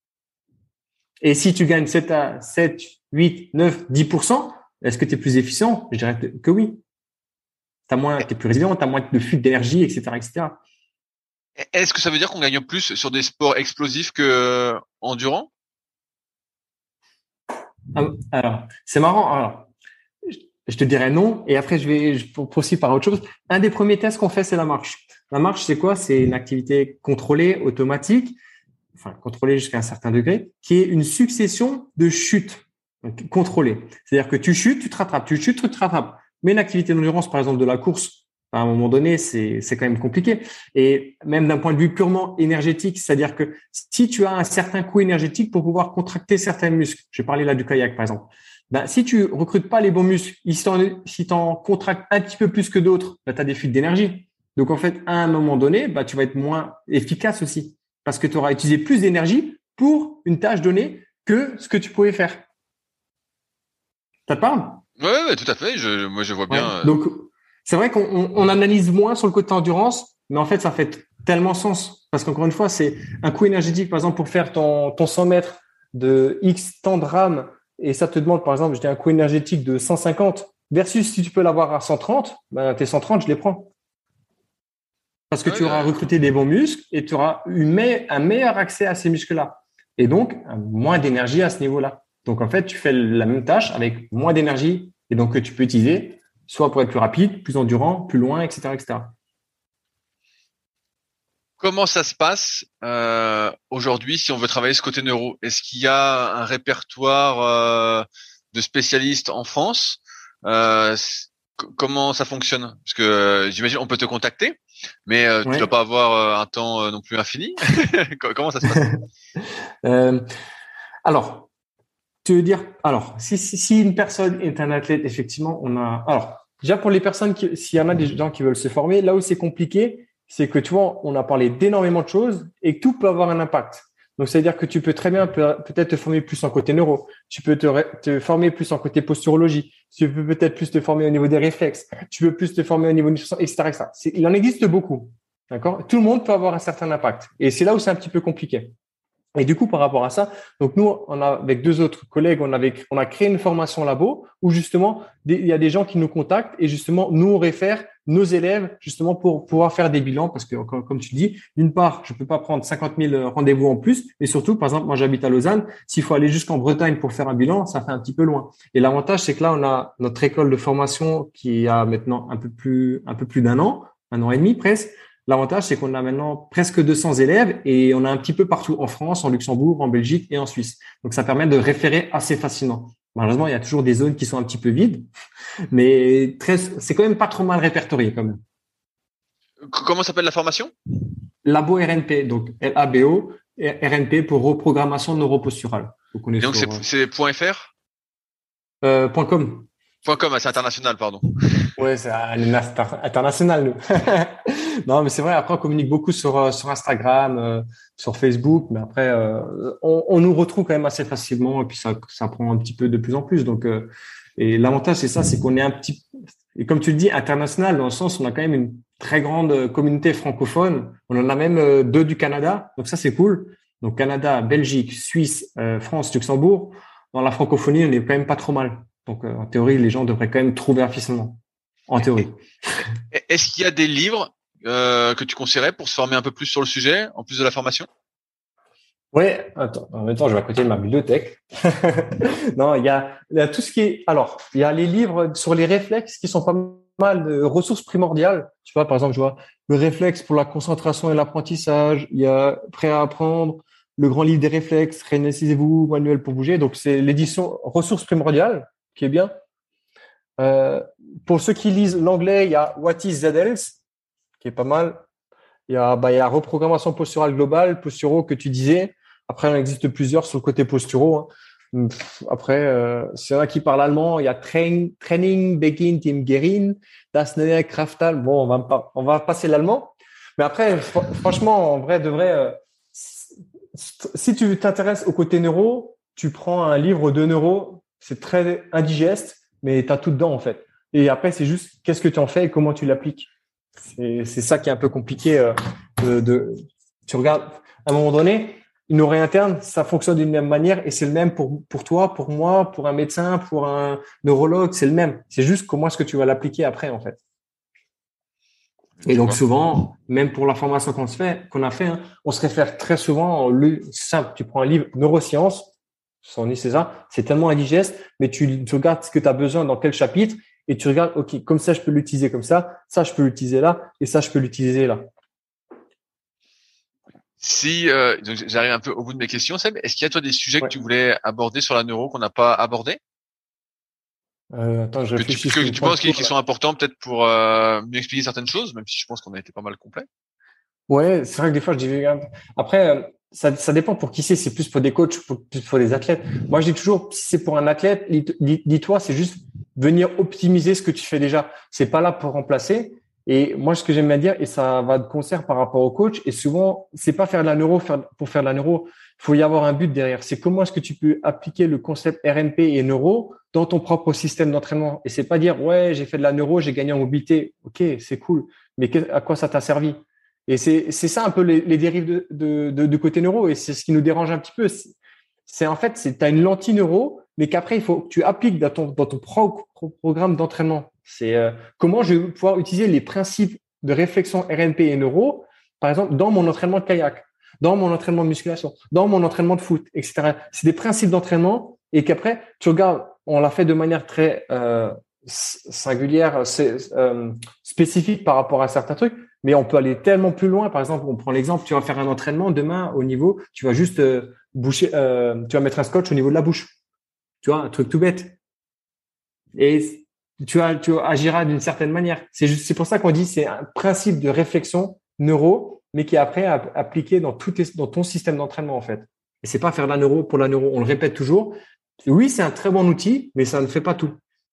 Et si tu gagnes sept à sept, huit, neuf, dix pour cent, est-ce que tu es plus efficient? Je dirais que oui. T'as moins, t'es plus résilient, t'as moins de fuite d'énergie, et cetera, et cetera. Est-ce que ça veut dire qu'on gagne plus sur des sports explosifs que endurants? Alors, c'est marrant. Alors, je te dirais non. Et après, je vais je poursuivre par autre chose. Un des premiers tests qu'on fait, c'est la marche. La marche, c'est quoi? C'est une activité contrôlée, automatique, enfin contrôlée jusqu'à un certain degré, qui est une succession de chutes donc, contrôlées. C'est-à-dire que tu chutes, tu te rattrapes, tu chutes, tu te rattrapes. Mais une activité d'endurance, par exemple de la course, à un moment donné, c'est c'est quand même compliqué. Et même d'un point de vue purement énergétique, c'est-à-dire que si tu as un certain coût énergétique pour pouvoir contracter certains muscles, je vais parler là du kayak par exemple, ben, si tu recrutes pas les bons muscles, si tu en contractes un petit peu plus que d'autres, ben, tu as des fuites d'énergie. Donc en fait, à un moment donné, ben, tu vas être moins efficace aussi parce que tu auras utilisé plus d'énergie pour une tâche donnée que ce que tu pouvais faire. Ça te parle? Ouais, ouais, tout à fait. Je, moi, je vois bien. Ouais. Donc, c'est vrai qu'on on, on analyse moins sur le côté endurance, mais en fait, ça fait tellement sens. Parce qu'encore une fois, c'est un coût énergétique, par exemple, pour faire ton, ton cent mètres de X temps de rame, et ça te demande, par exemple, je dis un coût énergétique de cent cinquante, versus si tu peux l'avoir à cent trente, ben, tes cent trente, je les prends. Parce que ouais, tu auras ouais. recruté des bons muscles et tu auras eu me- un meilleur accès à ces muscles-là. Et donc, moins d'énergie à ce niveau-là. Donc, en fait, tu fais la même tâche avec moins d'énergie et donc que tu peux utiliser soit pour être plus rapide, plus endurant, plus loin, et cetera, et cetera. Comment ça se passe euh, aujourd'hui si on veut travailler ce côté neuro? Est-ce qu'il y a un répertoire euh, de spécialistes en France? euh, c- Comment ça fonctionne? Parce que euh, j'imagine on peut te contacter, mais euh, ouais. tu dois pas avoir euh, un temps euh, non plus infini. Comment ça se passe? euh, Alors. Tu veux dire, alors, si, si, si une personne est un athlète, effectivement, on a, alors, déjà pour les personnes qui, s'il y en a des gens qui veulent se former, là où c'est compliqué, c'est que tu vois, on a parlé d'énormément de choses et que tout peut avoir un impact. Donc, c'est-à-dire que tu peux très bien peut, peut-être te former plus en côté neuro. Tu peux te, te former plus en côté posturologie. Tu peux peut-être plus te former au niveau des réflexes. Tu peux plus te former au niveau nutrition, et cetera, et cetera. C'est, il en existe beaucoup. D'accord? Tout le monde peut avoir un certain impact. Et c'est là où c'est un petit peu compliqué. Et du coup, par rapport à ça, donc nous, on a, avec deux autres collègues, on avait, on a créé une formation labo où justement, des, il y a des gens qui nous contactent et justement, nous, on réfère nos élèves justement pour pouvoir faire des bilans parce que, comme, comme tu dis, d'une part, je peux pas prendre cinquante mille rendez-vous en plus, mais surtout, par exemple, moi j'habite à Lausanne, s'il faut aller jusqu'en Bretagne pour faire un bilan, ça fait un petit peu loin. Et l'avantage, c'est que là, on a notre école de formation qui a maintenant un peu plus, un peu plus d'un an, un an et demi presque. L'avantage, c'est qu'on a maintenant presque deux cents élèves et on a un petit peu partout en France, en Luxembourg, en Belgique et en Suisse. Donc, ça permet de référer assez facilement. Malheureusement, il y a toujours des zones qui sont un petit peu vides, mais très, c'est quand même pas trop mal répertorié quand même. Comment s'appelle la formation? Labo R N P, donc L A B O, R N P pour reprogrammation neuroposturale. Donc, on est donc sur, c'est, c'est .fr euh, .com. .com, c'est international, pardon. Ouais, c'est international, nous. Non, mais c'est vrai. Après, on communique beaucoup sur sur Instagram, euh, sur Facebook, mais après, euh, on, on nous retrouve quand même assez facilement, et puis ça ça prend un petit peu de plus en plus. Donc, euh, et l'avantage c'est ça, c'est qu'on est un petit, et comme tu le dis, international dans le sens où on a quand même une très grande communauté francophone. On en a même euh, deux du Canada, donc ça c'est cool. Donc Canada, Belgique, Suisse, euh, France, Luxembourg. Dans la francophonie, on est quand même pas trop mal. Donc, euh, en théorie, les gens devraient quand même trouver facilement. En théorie. Est-ce qu'il y a des livres euh, que tu conseillerais pour se former un peu plus sur le sujet, en plus de la formation? Oui, attends, en même temps, je vais à côté de ma bibliothèque. Non, il y, a, il y a tout ce qui est... Alors, il y a les livres sur les réflexes qui sont pas mal de ressources primordiales. Tu vois, par exemple, je vois le réflexe pour la concentration et l'apprentissage. Il y a Prêt à apprendre, le grand livre des réflexes, Réinitialisez-vous, manuel pour bouger. Donc, c'est l'édition ressources primordiales qui est bien. Euh, pour ceux qui lisent l'anglais, il y a What is Z L S, qui est pas mal. Il y a, bah, il y a reprogrammation posturale globale, posturo que tu disais. Après, il en existe plusieurs sur le côté posturo. Hein. Après, euh, c'est un qui parle allemand. Il y a Train, Training Begin Team Gerin, Das neue Kraftal. Bon, on va, on va passer l'allemand. Mais après, fr- franchement, en vrai, de vrai, euh, si tu t'intéresses au côté neuro, tu prends un livre de neuro. C'est très indigeste, mais tu as tout dedans, en fait. Et après, c'est juste qu'est-ce que tu en fais et comment tu l'appliques. C'est, c'est ça qui est un peu compliqué. Euh, de, de, tu regardes, à un moment donné, une oreille interne, ça fonctionne d'une même manière et c'est le même pour, pour toi, pour moi, pour un médecin, pour un neurologue, c'est le même. C'est juste comment est-ce que tu vas l'appliquer après, en fait. Et donc, souvent, même pour la formation qu'on se fait, qu'on a fait, hein, on se réfère très souvent, le simple, tu prends un livre neurosciences, son c'est ça, c'est tellement indigeste, mais tu, tu regardes ce que tu as besoin dans quel chapitre et tu regardes, OK, comme ça, je peux l'utiliser comme ça, ça, je peux l'utiliser là et ça, je peux l'utiliser là. Si euh, donc j'arrive un peu au bout de mes questions, Seb, est-ce qu'il y a toi des sujets Ouais. que tu voulais aborder sur la neuro qu'on n'a pas abordé? Euh, attends, je Que réfléchis. tu, que tu penses qu'ils qui sont importants peut-être pour euh, mieux expliquer certaines choses, même si je pense qu'on a été pas mal complet. Ouais, c'est vrai que des fois, je dis, regarde. Après, euh, ça, ça dépend pour qui c'est. C'est plus pour des coachs, pour, plus pour des athlètes. Moi, je dis toujours, si c'est pour un athlète, dis- dis-toi, c'est juste venir optimiser ce que tu fais déjà. C'est pas là pour remplacer. Et moi, ce que j'aime bien dire, et ça va de concert par rapport au coach, et souvent, c'est pas faire de la neuro faire, pour faire de la neuro. Il faut y avoir un but derrière. C'est comment est-ce que tu peux appliquer le concept R N P et neuro dans ton propre système d'entraînement. Et c'est pas dire, ouais, j'ai fait de la neuro, j'ai gagné en mobilité. OK, c'est cool. Mais à quoi ça t'a servi? Et c'est, c'est ça un peu les, les dérives de, de, de, de côté neuro. Et c'est ce qui nous dérange un petit peu. C'est, c'est en fait, c'est, t'as une lentille neuro, mais qu'après, il faut que tu appliques dans ton, dans ton pro, pro, programme d'entraînement. C'est euh, comment je vais pouvoir utiliser les principes de réflexion R N P et neuro, par exemple, dans mon entraînement de kayak, dans mon entraînement de musculation, dans mon entraînement de foot, et cetera. C'est des principes d'entraînement et qu'après, tu regardes, on l'a fait de manière très euh, singulière, c'est, euh, spécifique par rapport à certains trucs, mais on peut aller tellement plus loin. Par exemple, on prend l'exemple, tu vas faire un entraînement demain au niveau, tu vas juste euh, boucher, euh, tu vas mettre un scotch au niveau de la bouche. Tu vois, un truc tout bête. Et tu, as, tu agiras d'une certaine manière. C'est juste, c'est pour ça qu'on dit c'est un principe de réflexion neuro, mais qui est après appliqué dans, tout tes, dans ton système d'entraînement en fait. Et c'est pas faire de la neuro pour la neuro. On le répète toujours. Oui, c'est un très bon outil, mais ça ne fait pas tout.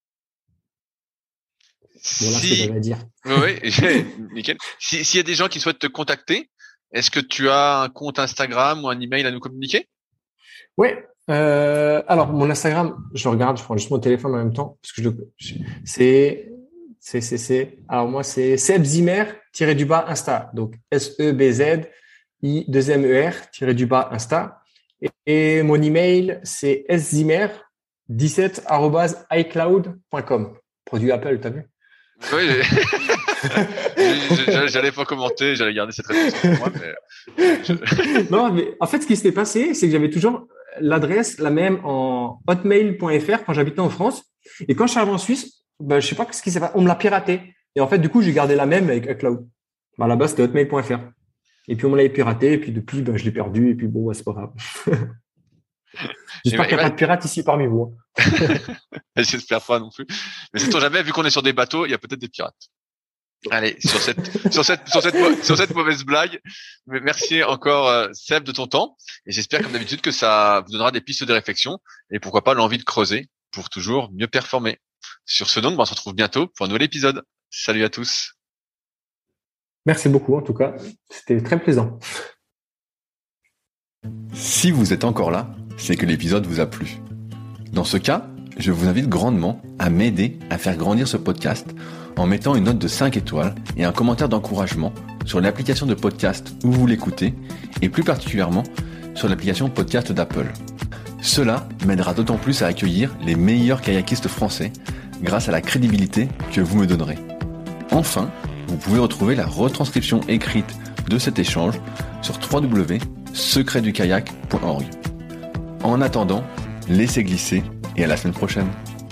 Voilà si... ce que j'avais à dire. Oui, oui, nickel. Si, s'il y a des gens qui souhaitent te contacter, est-ce que tu as un compte Instagram ou un email à nous communiquer? Oui. Euh, alors, mon Instagram, je regarde, je prends juste mon téléphone en même temps, parce que je, je c'est, c'est, c'est, c'est, alors moi, c'est Seb Zimmer, tiré du bas, Insta. Donc, S E B Z I deux M E R, tiré du bas, Insta. Et, et mon email, c'est szimmer dix-sept arobase icloud point com. Produit Apple, t'as vu? Oui. J'allais pas commenter, j'allais garder cette réponse pour moi. Mais... Je... non, mais en fait, ce qui s'était passé, c'est que j'avais toujours l'adresse la même en hotmail point f r quand j'habitais en France. Et quand je suis arrivé en Suisse, ben, je sais pas ce qui s'est passé, on me l'a piraté. Et en fait, du coup, j'ai gardé la même avec iCloud. Ben, à la base, c'était hotmail point f r. Et puis, on me l'avait piraté. Et puis, depuis, ben, je l'ai perdu. Et puis, bon, ouais, c'est pas grave. J'espère qu'il n'y a pas de pirates ici parmi vous. J'espère pas non plus. Mais sait-on jamais, vu qu'on est sur des bateaux, il y a peut-être des pirates. Allez, sur cette, sur cette, sur cette, sur cette mauvaise blague, merci encore, euh, Seb, de ton temps. Et j'espère, comme d'habitude, que ça vous donnera des pistes de réflexion et pourquoi pas l'envie de creuser pour toujours mieux performer. Sur ce donc, on se retrouve bientôt pour un nouvel épisode. Salut à tous. Merci beaucoup, en tout cas. C'était très plaisant. Si vous êtes encore là, c'est que l'épisode vous a plu. Dans ce cas, je vous invite grandement à m'aider à faire grandir ce podcast en mettant une note de cinq étoiles et un commentaire d'encouragement sur l'application de podcast où vous l'écoutez et plus particulièrement sur l'application podcast d'Apple. Cela m'aidera d'autant plus à accueillir les meilleurs kayakistes français grâce à la crédibilité que vous me donnerez. Enfin, vous pouvez retrouver la retranscription écrite de cet échange sur w w w point secret du kayak point org. En attendant, laissez glisser et à la semaine prochaine.